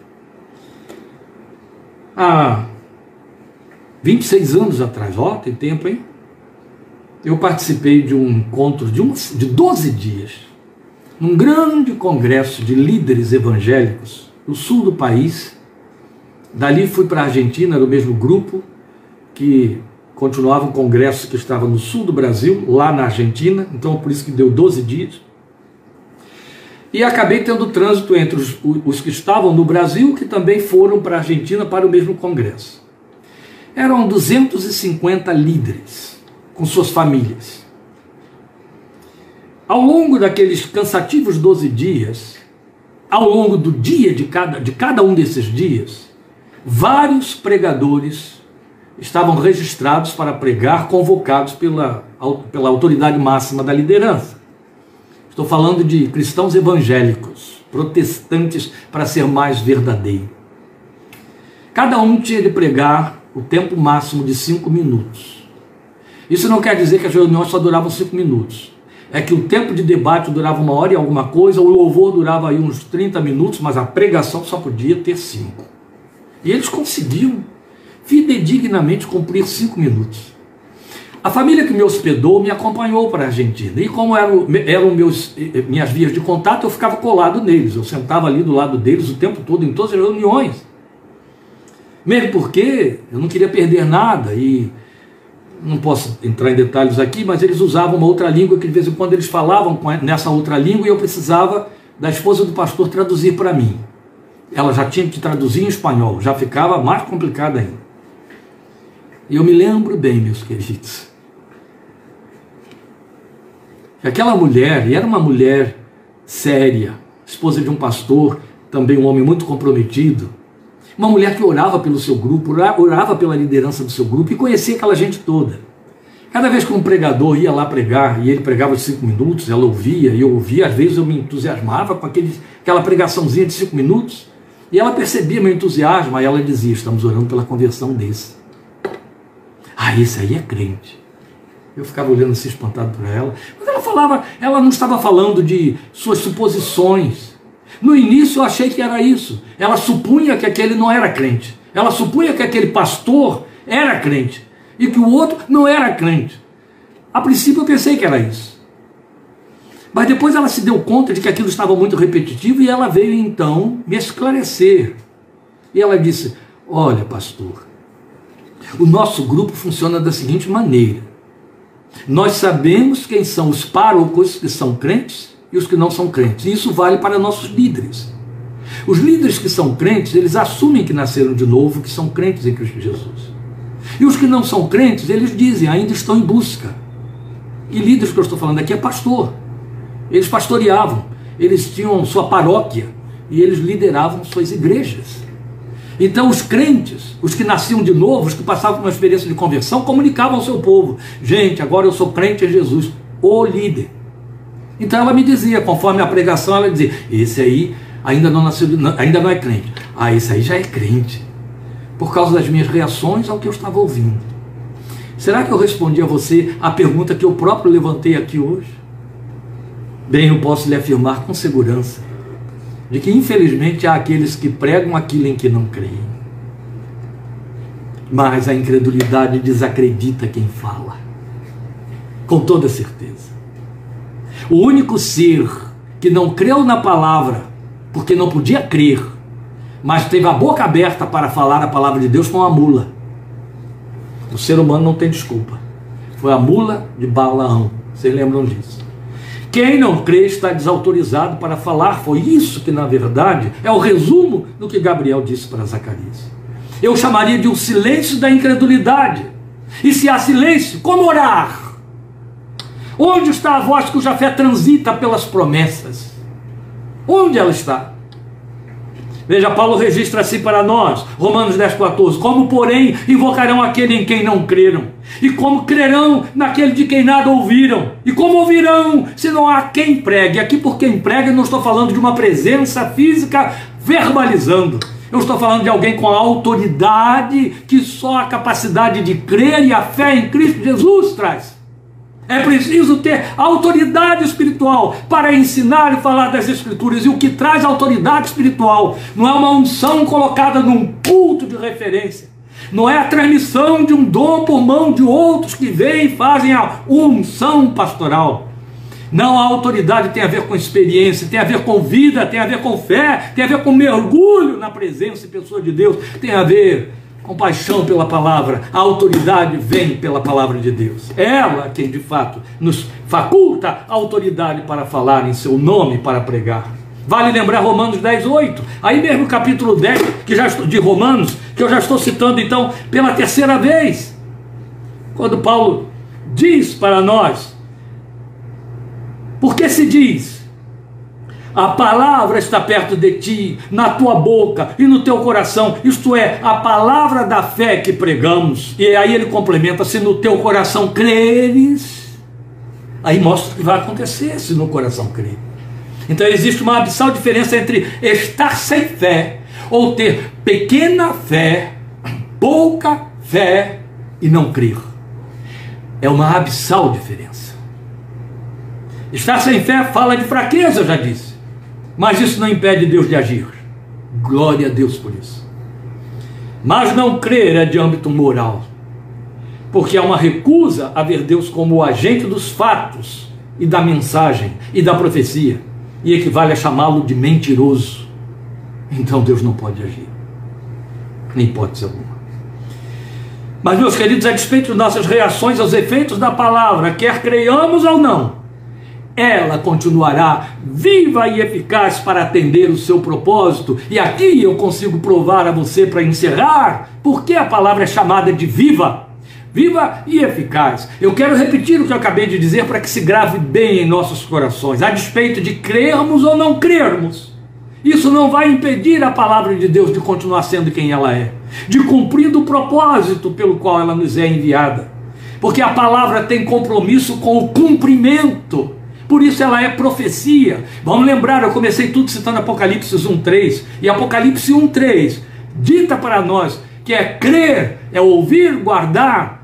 Há 26 anos atrás, ó, tem tempo, hein? Eu participei de um encontro de 12 dias, num grande congresso de líderes evangélicos do sul do país. Dali fui para a Argentina, era o mesmo grupo que continuava um congresso que estava no sul do Brasil, lá na Argentina, então por isso que deu 12 dias. E acabei tendo trânsito entre os que estavam no Brasil, que também foram para a Argentina para o mesmo congresso. Eram 250 líderes, com suas famílias. Ao longo daqueles cansativos 12 dias, ao longo do dia de cada um desses dias, vários pregadores estavam registrados para pregar, convocados pela autoridade máxima da liderança. Estou falando de cristãos evangélicos, protestantes, para ser mais verdadeiro. Cada um tinha de pregar o tempo máximo de 5 minutos. Isso não quer dizer que as reuniões só duravam 5 minutos. É que o tempo de debate durava 1 hora e alguma coisa, o louvor durava aí uns 30 minutos, mas a pregação só podia ter 5. E eles conseguiam fidedignamente cumprir 5 minutos. A família que me hospedou me acompanhou para a Argentina. E como eram minhas vias de contato, eu ficava colado neles. Eu sentava ali do lado deles o tempo todo, em todas as reuniões. Mesmo porque eu não queria perder nada. E não posso entrar em detalhes aqui, mas eles usavam uma outra língua que de vez em quando eles falavam nessa outra língua e eu precisava da esposa do pastor traduzir para mim. Ela já tinha que traduzir em espanhol, já ficava mais complicado ainda. E eu me lembro bem, meus queridos, que aquela mulher, e era uma mulher séria, esposa de um pastor, também um homem muito comprometido, uma mulher que orava pelo seu grupo, orava pela liderança do seu grupo e conhecia aquela gente toda. Cada vez que um pregador ia lá pregar, e ele pregava de 5 minutos, ela ouvia, e eu ouvia, às vezes eu me entusiasmava com aquela pregaçãozinha de 5 minutos, e ela percebia meu entusiasmo, aí ela dizia, estamos orando pela conversão desse. Ah, esse aí é crente. Eu ficava olhando assim, espantado para ela. Mas ela falava, ela não estava falando de suas suposições. No início eu achei que era isso. Ela supunha que aquele não era crente. Ela supunha que aquele pastor era crente. E que o outro não era crente. A princípio eu pensei que era isso. Mas depois ela se deu conta de que aquilo estava muito repetitivo e ela veio então me esclarecer. E ela disse, olha pastor, o nosso grupo funciona da seguinte maneira. Nós sabemos quem são os párocos que são crentes e os que não são crentes. E isso vale para nossos líderes. Os líderes que são crentes, eles assumem que nasceram de novo, que são crentes em Cristo Jesus. E os que não são crentes, eles dizem, ainda estão em busca. E líderes que eu estou falando aqui é pastor. Eles pastoreavam, eles tinham sua paróquia e eles lideravam suas igrejas. Então os crentes, os que nasciam de novo, os que passavam por uma experiência de conversão, comunicavam ao seu povo: gente, agora eu sou crente em Jesus, o líder. Então ela me dizia, conforme a pregação, ela dizia: esse aí ainda não nasceu, ainda não é crente. Ah, esse aí já é crente, por causa das minhas reações ao que eu estava ouvindo. Será que eu respondi a você a pergunta que eu próprio levantei aqui hoje? Bem, eu posso lhe afirmar com segurança de que infelizmente há aqueles que pregam aquilo em que não creem. Mas a incredulidade desacredita quem fala, com toda certeza. O único ser que não creu na palavra, porque não podia crer, mas teve a boca aberta para falar a palavra de Deus, foi uma mula. O ser humano não tem desculpa. Foi a mula de Balaão. Vocês lembram disso? Quem não crê está desautorizado para falar. Foi isso que, na verdade, é o resumo do que Gabriel disse para Zacarias. Eu chamaria de um silêncio da incredulidade. E se há silêncio, como orar? Onde está a voz cuja fé transita pelas promessas? Onde ela está? Veja, Paulo registra assim para nós, Romanos 10,14: como, porém, invocarão aquele em quem não creram? E como crerão naquele de quem nada ouviram? E como ouvirão, se não há quem pregue? Aqui, por quem prega, eu não estou falando de uma presença física verbalizando. Eu estou falando de alguém com a autoridade que só a capacidade de crer e a fé em Cristo Jesus traz. É preciso ter autoridade espiritual para ensinar e falar das Escrituras. E o que traz autoridade espiritual não é uma unção colocada num culto de referência. Não é a transmissão de um dom por mão de outros que vêm e fazem a unção pastoral. Não, a autoridade tem a ver com experiência, tem a ver com vida, tem a ver com fé, tem a ver com mergulho na presença e pessoa de Deus, tem a ver com paixão pela palavra. A autoridade vem pela palavra de Deus. Ela quem de fato nos faculta autoridade para falar em seu nome, para pregar. Vale lembrar Romanos 10:8, aí mesmo capítulo 10 de Romanos, que eu já estou citando então pela terceira vez, quando Paulo diz para nós: porque se diz, a palavra está perto de ti, na tua boca e no teu coração, isto é, a palavra da fé que pregamos. E aí ele complementa: se no teu coração creres, aí mostra o que vai acontecer se no coração crer. Então existe uma abissal diferença entre estar sem fé, ou ter pequena fé, pouca fé e não crer. É uma abissal diferença. Estar sem fé fala de fraqueza, eu já disse. Mas isso não impede Deus de agir. Glória a Deus por isso. Mas não crer é de âmbito moral, porque há uma recusa a ver Deus como o agente dos fatos e da mensagem e da profecia, e equivale a chamá-lo de mentiroso. Então Deus não pode agir, nem hipótese alguma. Mas, meus queridos, a despeito de nossas reações aos efeitos da palavra, quer creiamos ou não, ela continuará viva e eficaz para atender o seu propósito. E aqui eu consigo provar a você, para encerrar, por que a palavra é chamada de viva. Viva e eficaz. Eu quero repetir o que eu acabei de dizer para que se grave bem em nossos corações. A despeito de crermos ou não crermos, isso não vai impedir a palavra de Deus de continuar sendo quem ela é, de cumprir o propósito pelo qual ela nos é enviada. Porque a palavra tem compromisso com o cumprimento. Por isso ela é profecia. Vamos lembrar, eu comecei tudo citando Apocalipse 1:3. E Apocalipse 1:3 dita para nós que é crer, é ouvir, guardar,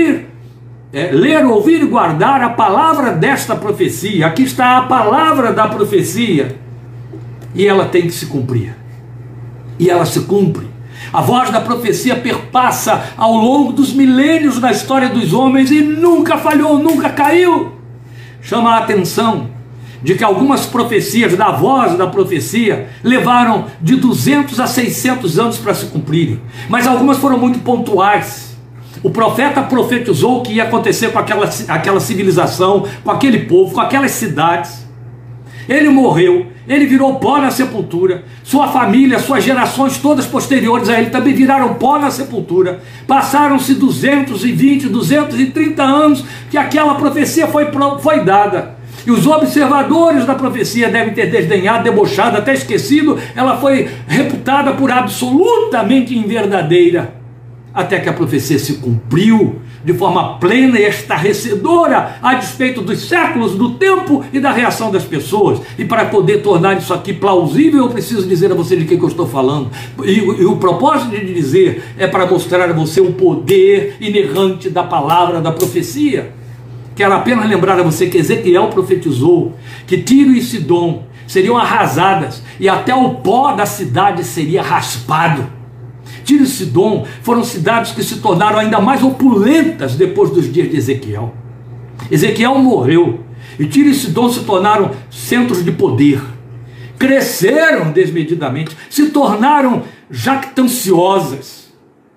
ler, ouvir e guardar a palavra desta profecia. Aqui está a palavra da profecia. E ela tem que se cumprir. E ela se cumpre. A voz da profecia perpassa ao longo dos milênios da história dos homens e nunca falhou, nunca caiu. Chama a atenção de que algumas profecias da voz da profecia levaram de 200 a 600 anos para se cumprirem, mas algumas foram muito pontuais. O profeta profetizou o que ia acontecer com aquela civilização, com aquele povo, com aquelas cidades. Ele morreu, ele virou pó na sepultura, sua família, suas gerações todas posteriores a ele também viraram pó na sepultura. Passaram-se 220, 230 anos que aquela profecia foi dada. E os observadores da profecia devem ter desdenhado, debochado, até esquecido. Ela foi reputada por absolutamente inverdadeira, até que a profecia se cumpriu de forma plena e estarrecedora, a despeito dos séculos, do tempo e da reação das pessoas. E para poder tornar isso aqui plausível, eu preciso dizer a você de que eu estou falando. E o propósito de dizer é para mostrar a você o poder inerrante da palavra, da profecia. Quero apenas lembrar a você que Ezequiel profetizou que Tiro e Sidom seriam arrasadas e até o pó da cidade seria raspado. Tiro e Sidom foram cidades que se tornaram ainda mais opulentas depois dos dias de Ezequiel. Ezequiel morreu e Tiro e Sidom se tornaram centros de poder. Cresceram desmedidamente, se tornaram jactanciosas.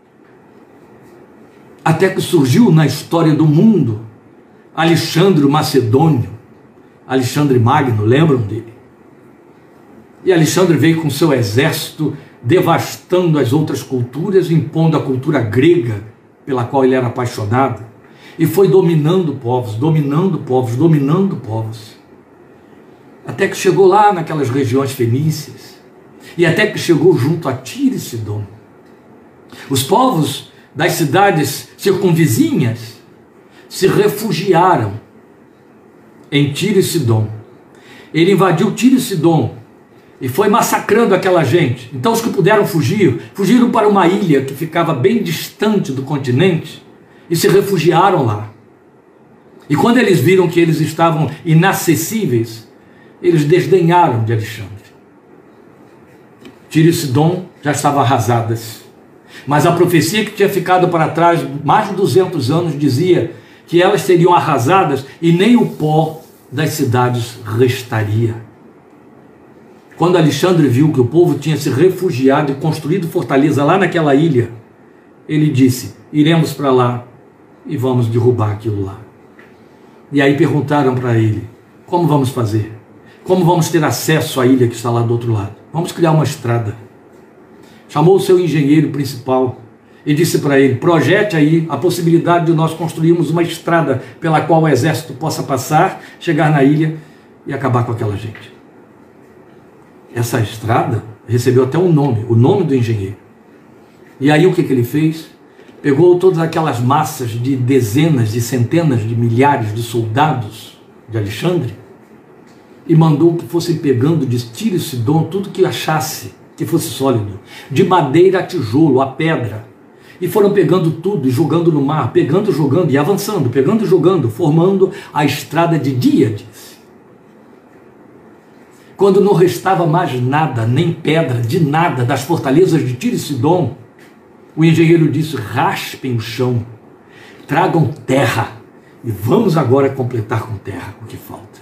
Até que surgiu na história do mundo Alexandre o Macedônio, Alexandre Magno, lembram dele? E Alexandre veio com seu exército devastando as outras culturas, impondo a cultura grega, pela qual ele era apaixonado, e foi dominando povos, dominando povos, dominando povos, até que chegou lá naquelas regiões fenícias, e até que chegou junto a Tiro e Sidom. Os povos das cidades circunvizinhas se refugiaram em Tiro e Sidom. Ele invadiu Tiro e Sidom e foi massacrando aquela gente. Então os que puderam fugir, fugiram para uma ilha que ficava bem distante do continente e se refugiaram lá. E quando eles viram que eles estavam inacessíveis, eles desdenharam de Alexandre. Tiro e Sidom já estavam arrasadas. Mas a profecia que tinha ficado para trás mais de 200 anos dizia que elas seriam arrasadas e nem o pó das cidades restaria. Quando Alexandre viu que o povo tinha se refugiado e construído fortaleza lá naquela ilha, ele disse: iremos para lá e vamos derrubar aquilo lá. E aí perguntaram para ele: como vamos fazer? Como vamos ter acesso à ilha que está lá do outro lado? Vamos criar uma estrada. Chamou o seu engenheiro principal e disse para ele: projete aí a possibilidade de nós construirmos uma estrada pela qual o exército possa passar, chegar na ilha e acabar com aquela gente. Essa estrada recebeu até o nome do engenheiro. E aí o que ele fez? Pegou todas aquelas massas de dezenas, de centenas, de milhares de soldados de Alexandre e mandou que fossem pegando de Tiro e Sidom tudo que achasse que fosse sólido, de madeira a tijolo, a pedra, e foram pegando tudo e jogando no mar, pegando, jogando e avançando, pegando e jogando, formando a estrada de Díades. Quando não restava mais nada, nem pedra, de nada, das fortalezas de Tiro e Sidom, o engenheiro disse: raspem o chão, tragam terra, e vamos agora completar com terra o que falta.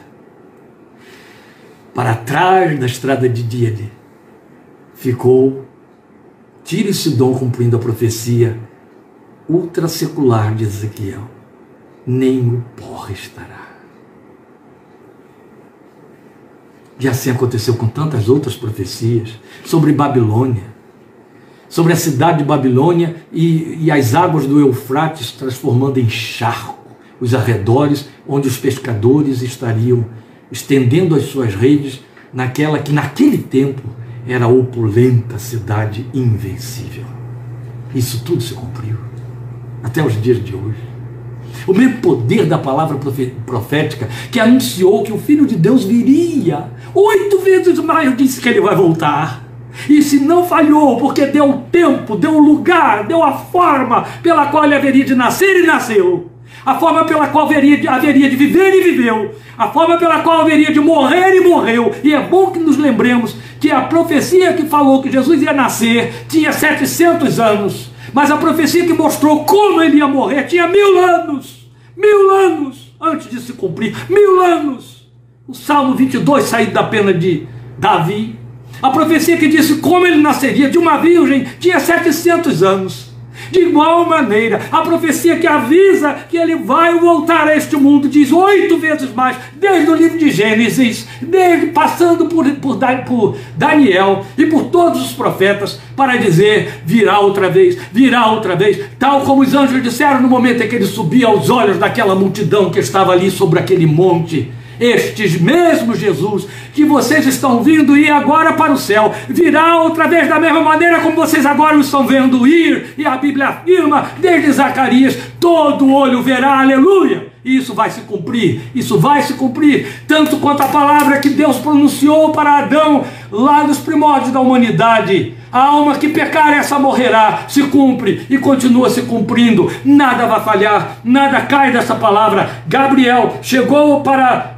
Para trás da estrada de Díade ficou Tiro e Sidom cumprindo a profecia ultrasecular de Ezequiel: nem o pó restará. E assim aconteceu com tantas outras profecias sobre Babilônia, sobre a cidade de Babilônia e as águas do Eufrates transformando em charco os arredores, onde os pescadores estariam estendendo as suas redes naquela que naquele tempo era a opulenta cidade invencível. Isso tudo se cumpriu até os dias de hoje. O mesmo poder da palavra profética que anunciou que o Filho de Deus viria 8 vezes mais, disse que ele vai voltar. E se não falhou, porque deu o tempo, deu o lugar, deu a forma pela qual ele haveria de nascer e nasceu, a forma pela qual haveria de viver e viveu, a forma pela qual haveria de morrer e morreu. E é bom que nos lembremos que a profecia que falou que Jesus ia nascer tinha 700 anos, mas a profecia que mostrou como ele ia morrer tinha 1000 anos, 1000 anos antes de se cumprir, 1000 anos. O Salmo 22, saído da pena de Davi, a profecia que disse como ele nasceria de uma virgem, tinha 700 anos. De igual maneira, a profecia que avisa que ele vai voltar a este mundo diz 8 vezes mais, desde o livro de Gênesis, passando por Daniel e por todos os profetas, para dizer: virá outra vez, tal como os anjos disseram no momento em que ele subia aos olhos daquela multidão que estava ali sobre aquele monte. Estes mesmos Jesus que vocês estão vendo ir agora para o céu, virá outra vez da mesma maneira como vocês agora o estão vendo ir, e a Bíblia afirma, desde Zacarias, todo olho verá, aleluia. E isso vai se cumprir, isso vai se cumprir, tanto quanto a palavra que Deus pronunciou para Adão, lá nos primórdios da humanidade. A alma que pecar, essa morrerá, se cumpre e continua se cumprindo, nada vai falhar, nada cai dessa palavra. Gabriel chegou para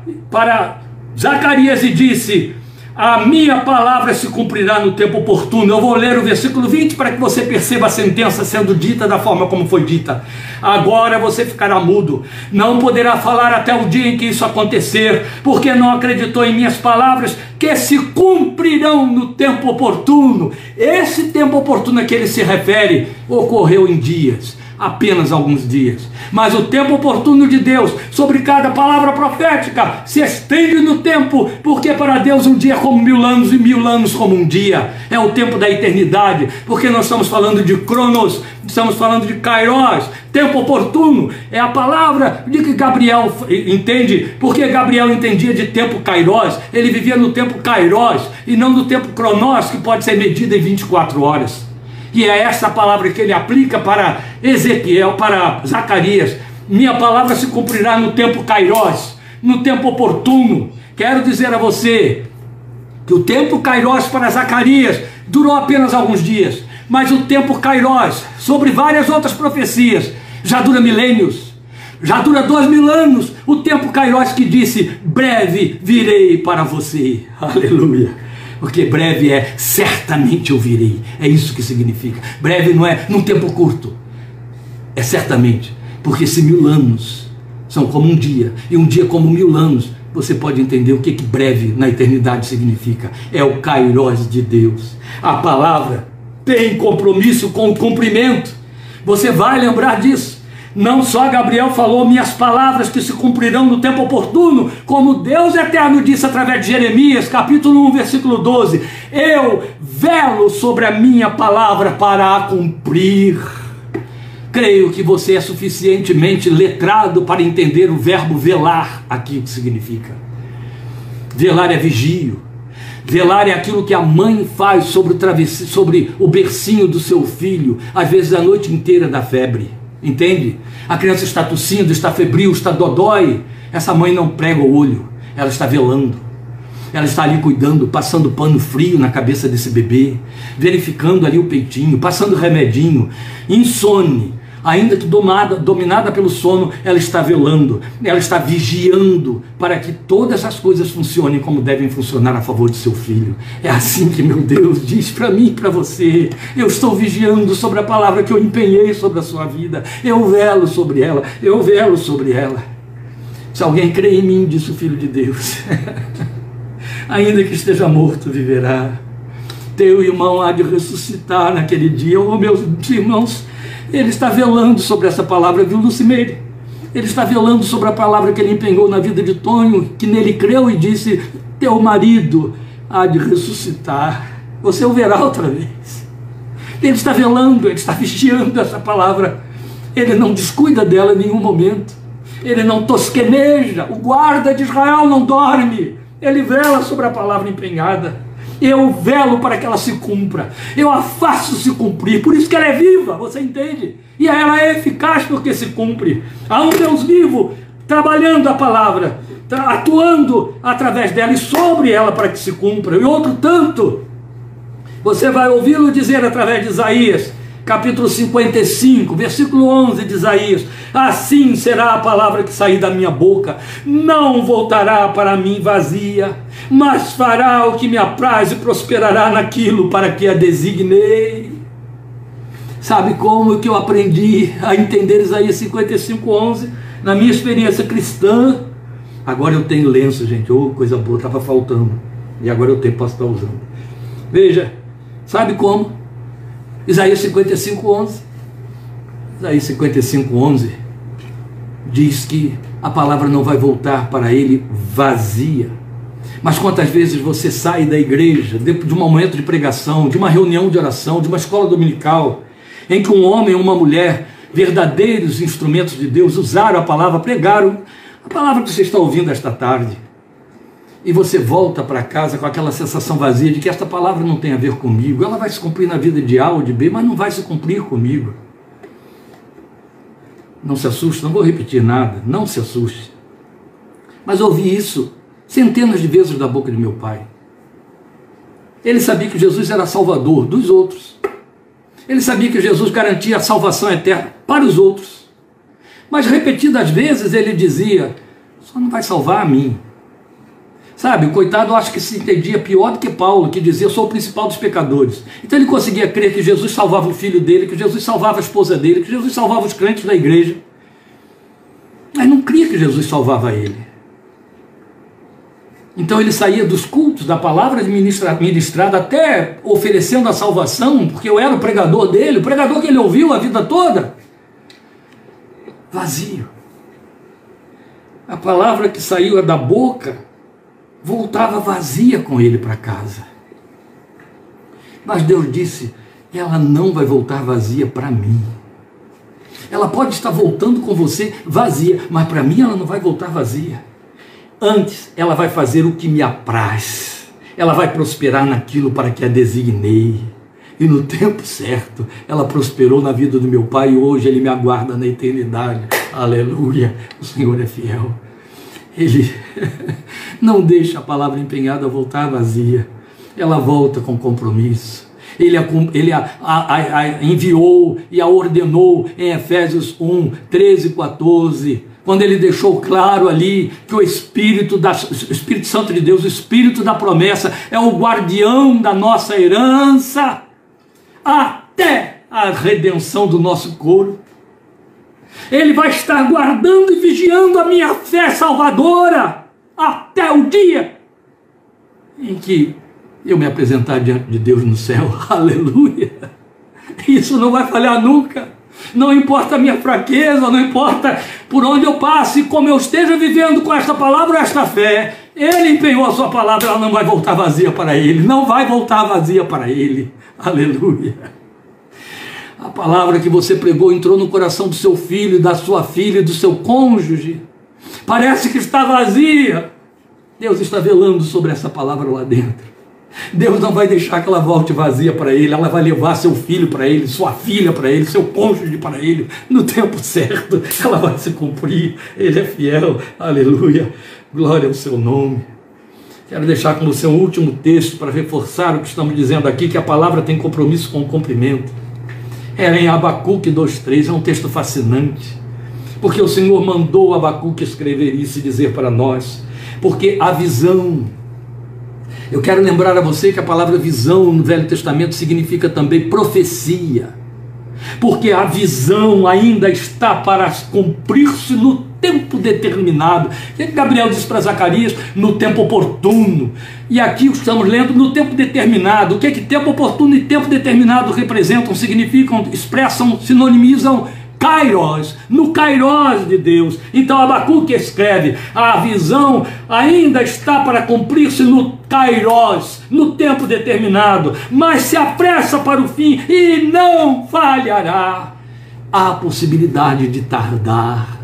Zacarias e disse: a minha palavra se cumprirá no tempo oportuno. Eu vou ler o versículo 20 para que você perceba a sentença sendo dita da forma como foi dita. Agora você ficará mudo, não poderá falar até o dia em que isso acontecer, porque não acreditou em minhas palavras, que se cumprirão no tempo oportuno. Esse tempo oportuno a que ele se refere ocorreu em dias, apenas alguns dias, mas o tempo oportuno de Deus sobre cada palavra profética se estende no tempo, porque para Deus um dia é como 1000 anos e 1000 anos como um dia. É o tempo da eternidade, porque nós estamos falando de Cronos, estamos falando de Kairos. Tempo oportuno é a palavra de que Gabriel entende, porque Gabriel entendia de tempo Kairos, ele vivia no tempo Kairos e não no tempo Cronos, que pode ser medido em 24 horas. E é essa palavra que ele aplica para Ezequiel, para Zacarias. Minha palavra se cumprirá no tempo Kairos, no tempo oportuno. Quero dizer a você que o tempo Kairos para Zacarias durou apenas alguns dias, mas o tempo Kairos sobre várias outras profecias já dura milênios, já dura 2000 anos. O tempo Kairos que disse: breve virei para você. Aleluia. Porque breve é certamente eu virei. É isso que significa. Breve não é num tempo curto, é certamente. Porque se 1000 anos são como um dia, e um dia como 1000 anos, você pode entender o que breve na eternidade significa. É o Kairos de Deus. A palavra tem compromisso com o cumprimento. Você vai lembrar disso. Não só Gabriel falou minhas palavras que se cumprirão no tempo oportuno, como Deus eterno disse através de Jeremias, capítulo 1, versículo 12, eu velo sobre a minha palavra para a cumprir. Creio que você é suficientemente letrado para entender o verbo velar aqui, o que significa. Velar é vigio. Velar é aquilo que a mãe faz sobre o bercinho do seu filho, às vezes a noite inteira da febre. Entende? A criança está tossindo, está febril, está dodói. Essa mãe não prega o olho, ela está velando. Ela está ali cuidando, passando pano frio na cabeça desse bebê, verificando ali o peitinho, passando remedinho. Insone, ainda que dominada pelo sono, ela está velando, ela está vigiando para que todas as coisas funcionem como devem funcionar a favor de seu filho. É assim que meu Deus diz para mim e para você: eu estou vigiando sobre a palavra que eu empenhei sobre a sua vida, eu velo sobre ela, eu velo sobre ela. Se alguém crê em mim, disse o Filho de Deus, ainda que esteja morto, viverá. Teu irmão há de ressuscitar naquele dia. Oh, meus irmãos, ele está velando sobre essa palavra, viu, Lucimeire? Ele está velando sobre a palavra que ele empenhou na vida de Tonho, que nele creu e disse: teu marido há de ressuscitar, você o verá outra vez. Ele está velando, ele está vigiando essa palavra, ele não descuida dela em nenhum momento, ele não tosqueneja. O guarda de Israel não dorme, ele vela sobre a palavra empenhada. Eu velo para que ela se cumpra, eu a faço se cumprir, por isso que ela é viva, você entende? E ela é eficaz porque se cumpre. Há um Deus vivo trabalhando a palavra, atuando através dela e sobre ela para que se cumpra. E outro tanto, você vai ouvi-lo dizer através de Isaías, capítulo 55, versículo 11 de Isaías: assim será a palavra que sair da minha boca, não voltará para mim vazia, mas fará o que me apraz e prosperará naquilo para que a designei. Sabe como que eu aprendi a entender Isaías 55, 11 na minha experiência cristã? Agora eu tenho lenço, gente, coisa boa, estava faltando, e agora eu posso estar usando. Veja, sabe como? Isaías 55, 11. Isaías 55, 11 diz que a palavra não vai voltar para ele vazia. Mas quantas vezes você sai da igreja, de um momento de pregação, de uma reunião de oração, de uma escola dominical, em que um homem ou uma mulher, verdadeiros instrumentos de Deus, usaram a palavra, pregaram a palavra que você está ouvindo esta tarde, e você volta para casa com aquela sensação vazia de que esta palavra não tem a ver comigo, ela vai se cumprir na vida de A ou de B, mas não vai se cumprir comigo. Não se assuste, não vou repetir nada, não se assuste. Mas ouvi isso centenas de vezes da boca de meu pai. Ele sabia que Jesus era salvador dos outros. Ele sabia que Jesus garantia a salvação eterna para os outros. Mas repetidas vezes ele dizia, só não vai salvar a mim. Sabe, o coitado acho que se entendia pior do que Paulo, que dizia, sou o principal dos pecadores. Então ele conseguia crer que Jesus salvava o filho dele, que Jesus salvava a esposa dele, que Jesus salvava os crentes da igreja. Mas não cria que Jesus salvava ele. Então ele saía dos cultos, da palavra ministrada, até oferecendo a salvação, porque eu era o pregador dele, o pregador que ele ouviu a vida toda. Vazio. A palavra que saiu da boca voltava vazia com ele para casa. Mas Deus disse, ela não vai voltar vazia para mim. Ela pode estar voltando com você vazia, mas para mim ela não vai voltar vazia. Antes, ela vai fazer o que me apraz. Ela vai prosperar naquilo para que a designei. E no tempo certo, ela prosperou na vida do meu pai e hoje ele me aguarda na eternidade. Aleluia, o Senhor é fiel. Ele não deixa a palavra empenhada voltar vazia. Ela volta com compromisso. Ele a enviou e a ordenou em Efésios 1, 13 e 14, quando ele deixou claro ali que o Espírito Santo de Deus, o Espírito da promessa, é o guardião da nossa herança, até a redenção do nosso corpo. Ele vai estar guardando e vigiando a minha fé salvadora, até o dia em que eu me apresentar diante de Deus no céu. Aleluia! Isso não vai falhar nunca. Não importa a minha fraqueza, não importa por onde eu passe, como eu esteja vivendo com esta palavra, esta fé, Ele empenhou a sua palavra, ela não vai voltar vazia para Ele, não vai voltar vazia para Ele. Aleluia! A palavra que você pregou entrou no coração do seu filho, da sua filha, do seu cônjuge. Parece que está vazia. Deus está velando sobre essa palavra lá dentro. Deus não vai deixar que ela volte vazia para Ele. Ela vai levar seu filho para Ele, sua filha para Ele, seu cônjuge para Ele. No tempo certo, ela vai se cumprir. Ele é fiel. Aleluia. Glória ao seu nome. Quero deixar com você um último texto para reforçar o que estamos dizendo aqui, que a palavra tem compromisso com o cumprimento. É em Abacuque 2:3, é um texto fascinante, porque o Senhor mandou Abacuque escrever isso e dizer para nós, porque a visão, eu quero lembrar a você que a palavra visão no Velho Testamento significa também profecia, porque a visão ainda está para cumprir-se no tempo determinado. Gabriel disse para Zacarias, no tempo oportuno. E aqui estamos lendo no tempo determinado. O que é que tempo oportuno e tempo determinado representam, significam, expressam, sinonimizam? Kairos, no Kairos de Deus. Então Abacuque escreve, a visão ainda está para cumprir-se no Kairos, no tempo determinado, mas se apressa para o fim e não falhará. Há possibilidade de tardar.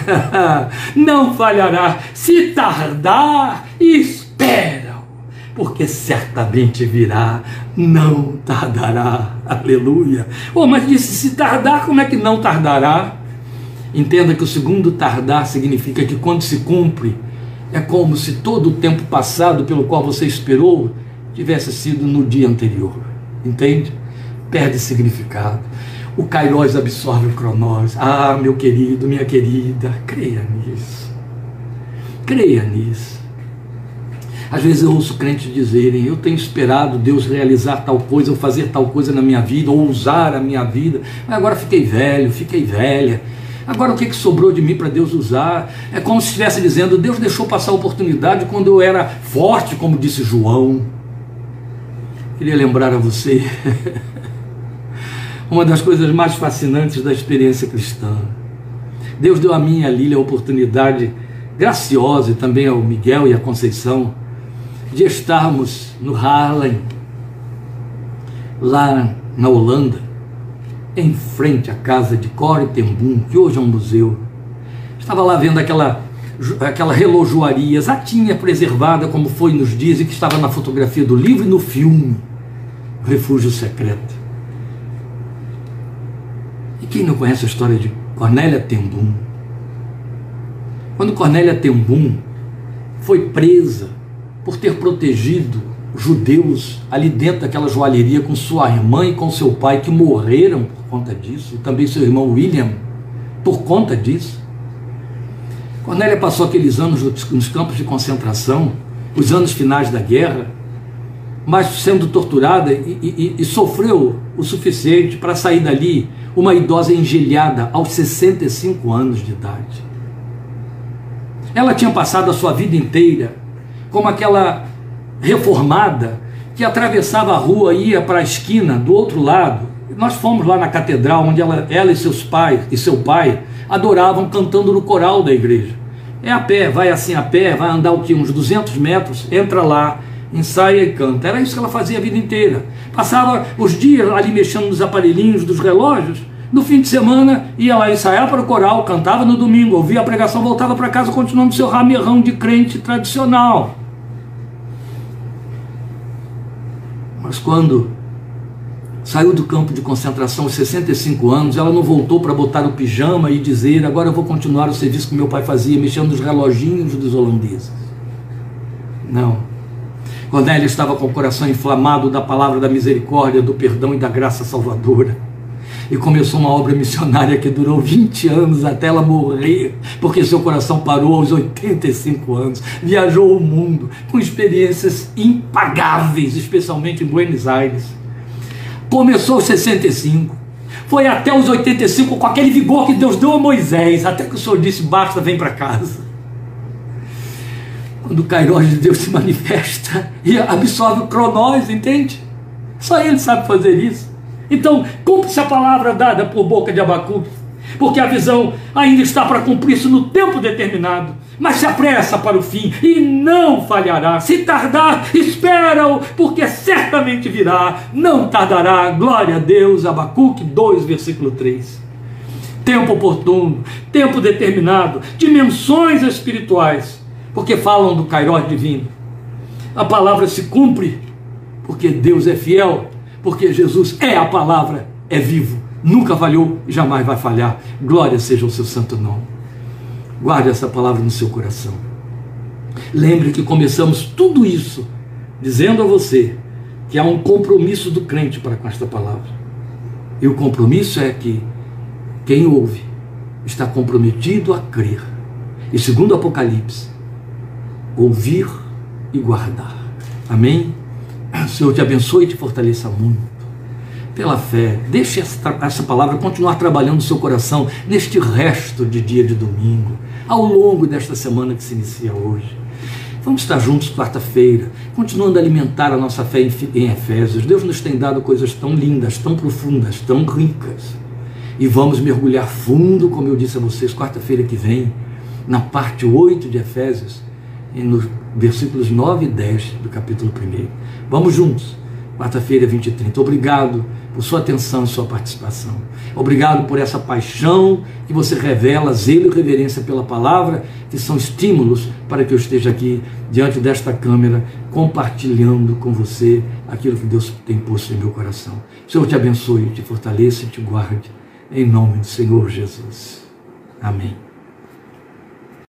Não falhará. Se tardar, espera, porque certamente virá, não tardará. Aleluia. Oh, mas disse, se tardar, como é que não tardará? Entenda que o segundo tardar significa que quando se cumpre, é como se todo o tempo passado pelo qual você esperou tivesse sido no dia anterior. Entende? Perde significado. O Kairos absorve o Cronos. Ah, meu querido, minha querida, creia nisso. Creia nisso. Às vezes eu ouço crentes dizerem, eu tenho esperado Deus realizar tal coisa, ou fazer tal coisa na minha vida, ou usar a minha vida, mas agora fiquei velho, fiquei velha. Agora o que sobrou de mim para Deus usar? É como se estivesse dizendo, Deus deixou passar a oportunidade quando eu era forte, como disse João. Queria lembrar a você uma das coisas mais fascinantes da experiência cristã. Deus deu a mim e a Lília a oportunidade graciosa, e também ao Miguel e à Conceição, de estarmos no Haarlem, lá na Holanda, em frente à casa de Corrie ten Boom, que hoje é um museu. Estava lá vendo aquela aquela relojoaria exatinha, preservada, como foi nos dias, e que estava na fotografia do livro e no filme, Refúgio Secreto. E quem não conhece a história de Cornélia ten Boom? Quando Cornélia ten Boom foi presa por ter protegido judeus ali dentro daquela joalheria com sua irmã e com seu pai, que morreram por conta disso, e também seu irmão William, por conta disso. Cornélia passou aqueles anos nos campos de concentração, os anos finais da guerra, mas sendo torturada e sofreu o suficiente para sair dali uma idosa engelhada aos 65 anos de idade. Ela tinha passado a sua vida inteira como aquela reformada que atravessava a rua e ia para a esquina do outro lado. Nós fomos lá na catedral, onde ela e seus pais e seu pai adoravam cantando no coral da igreja. É a pé, vai assim a pé, vai andar o quê? Uns 200 metros, entra lá, ensaia e canta. Era isso que ela fazia a vida inteira. Passava os dias ali mexendo nos aparelhinhos dos relógios. No fim de semana ia lá ensaiar para o coral, cantava no domingo, ouvia a pregação, voltava para casa continuando seu ramerrão de crente tradicional. Mas quando saiu do campo de concentração aos 65 anos, ela não voltou para botar o pijama e dizer: agora eu vou continuar o serviço que meu pai fazia, mexendo nos reloginhos dos holandeses. Não. Cornélia estava com o coração inflamado da palavra da misericórdia, do perdão e da graça salvadora. E começou uma obra missionária que durou 20 anos até ela morrer, porque seu coração parou aos 85 anos. Viajou o mundo com experiências impagáveis, especialmente em Buenos Aires. Começou aos 65, foi até os 85 com aquele vigor que Deus deu a Moisés, até que o Senhor disse: basta, vem para casa. Quando o Kairos de Deus se manifesta e absorve o Cronós, entende? Só Ele sabe fazer isso. Então, cumpre-se a palavra dada por boca de Abacuque, porque a visão ainda está para cumprir-se no tempo determinado, mas se apressa para o fim e não falhará. Se tardar, espera-o, porque certamente virá, não tardará. Glória a Deus. Abacuque 2, versículo 3. Tempo oportuno, tempo determinado, dimensões espirituais, porque falam do Kairos divino. A palavra se cumpre, porque Deus é fiel, porque Jesus é a palavra, é vivo, nunca falhou e jamais vai falhar. Glória seja o seu santo nome. Guarde essa palavra no seu coração. Lembre que começamos tudo isso dizendo a você que há um compromisso do crente para com esta palavra. E o compromisso é que quem ouve está comprometido a crer. E segundo o Apocalipse, ouvir e guardar. Amém? O Senhor te abençoe e te fortaleça muito. Pela fé, deixe essa palavra continuar trabalhando no seu coração neste resto de dia de domingo, ao longo desta semana que se inicia hoje. Vamos estar juntos quarta-feira, continuando a alimentar a nossa fé em Efésios. Deus nos tem dado coisas tão lindas, tão profundas, tão ricas. E vamos mergulhar fundo, como eu disse a vocês, quarta-feira que vem, na parte 8 de Efésios, e nos versículos 9 e 10 do capítulo 1. Vamos juntos, quarta-feira, 20 e 30. Obrigado por sua atenção e sua participação. Obrigado por essa paixão que você revela, zelo e reverência pela palavra, que são estímulos para que eu esteja aqui diante desta câmera, compartilhando com você aquilo que Deus tem posto em meu coração. O Senhor te abençoe, te fortaleça e te guarde, em nome do Senhor Jesus. Amém.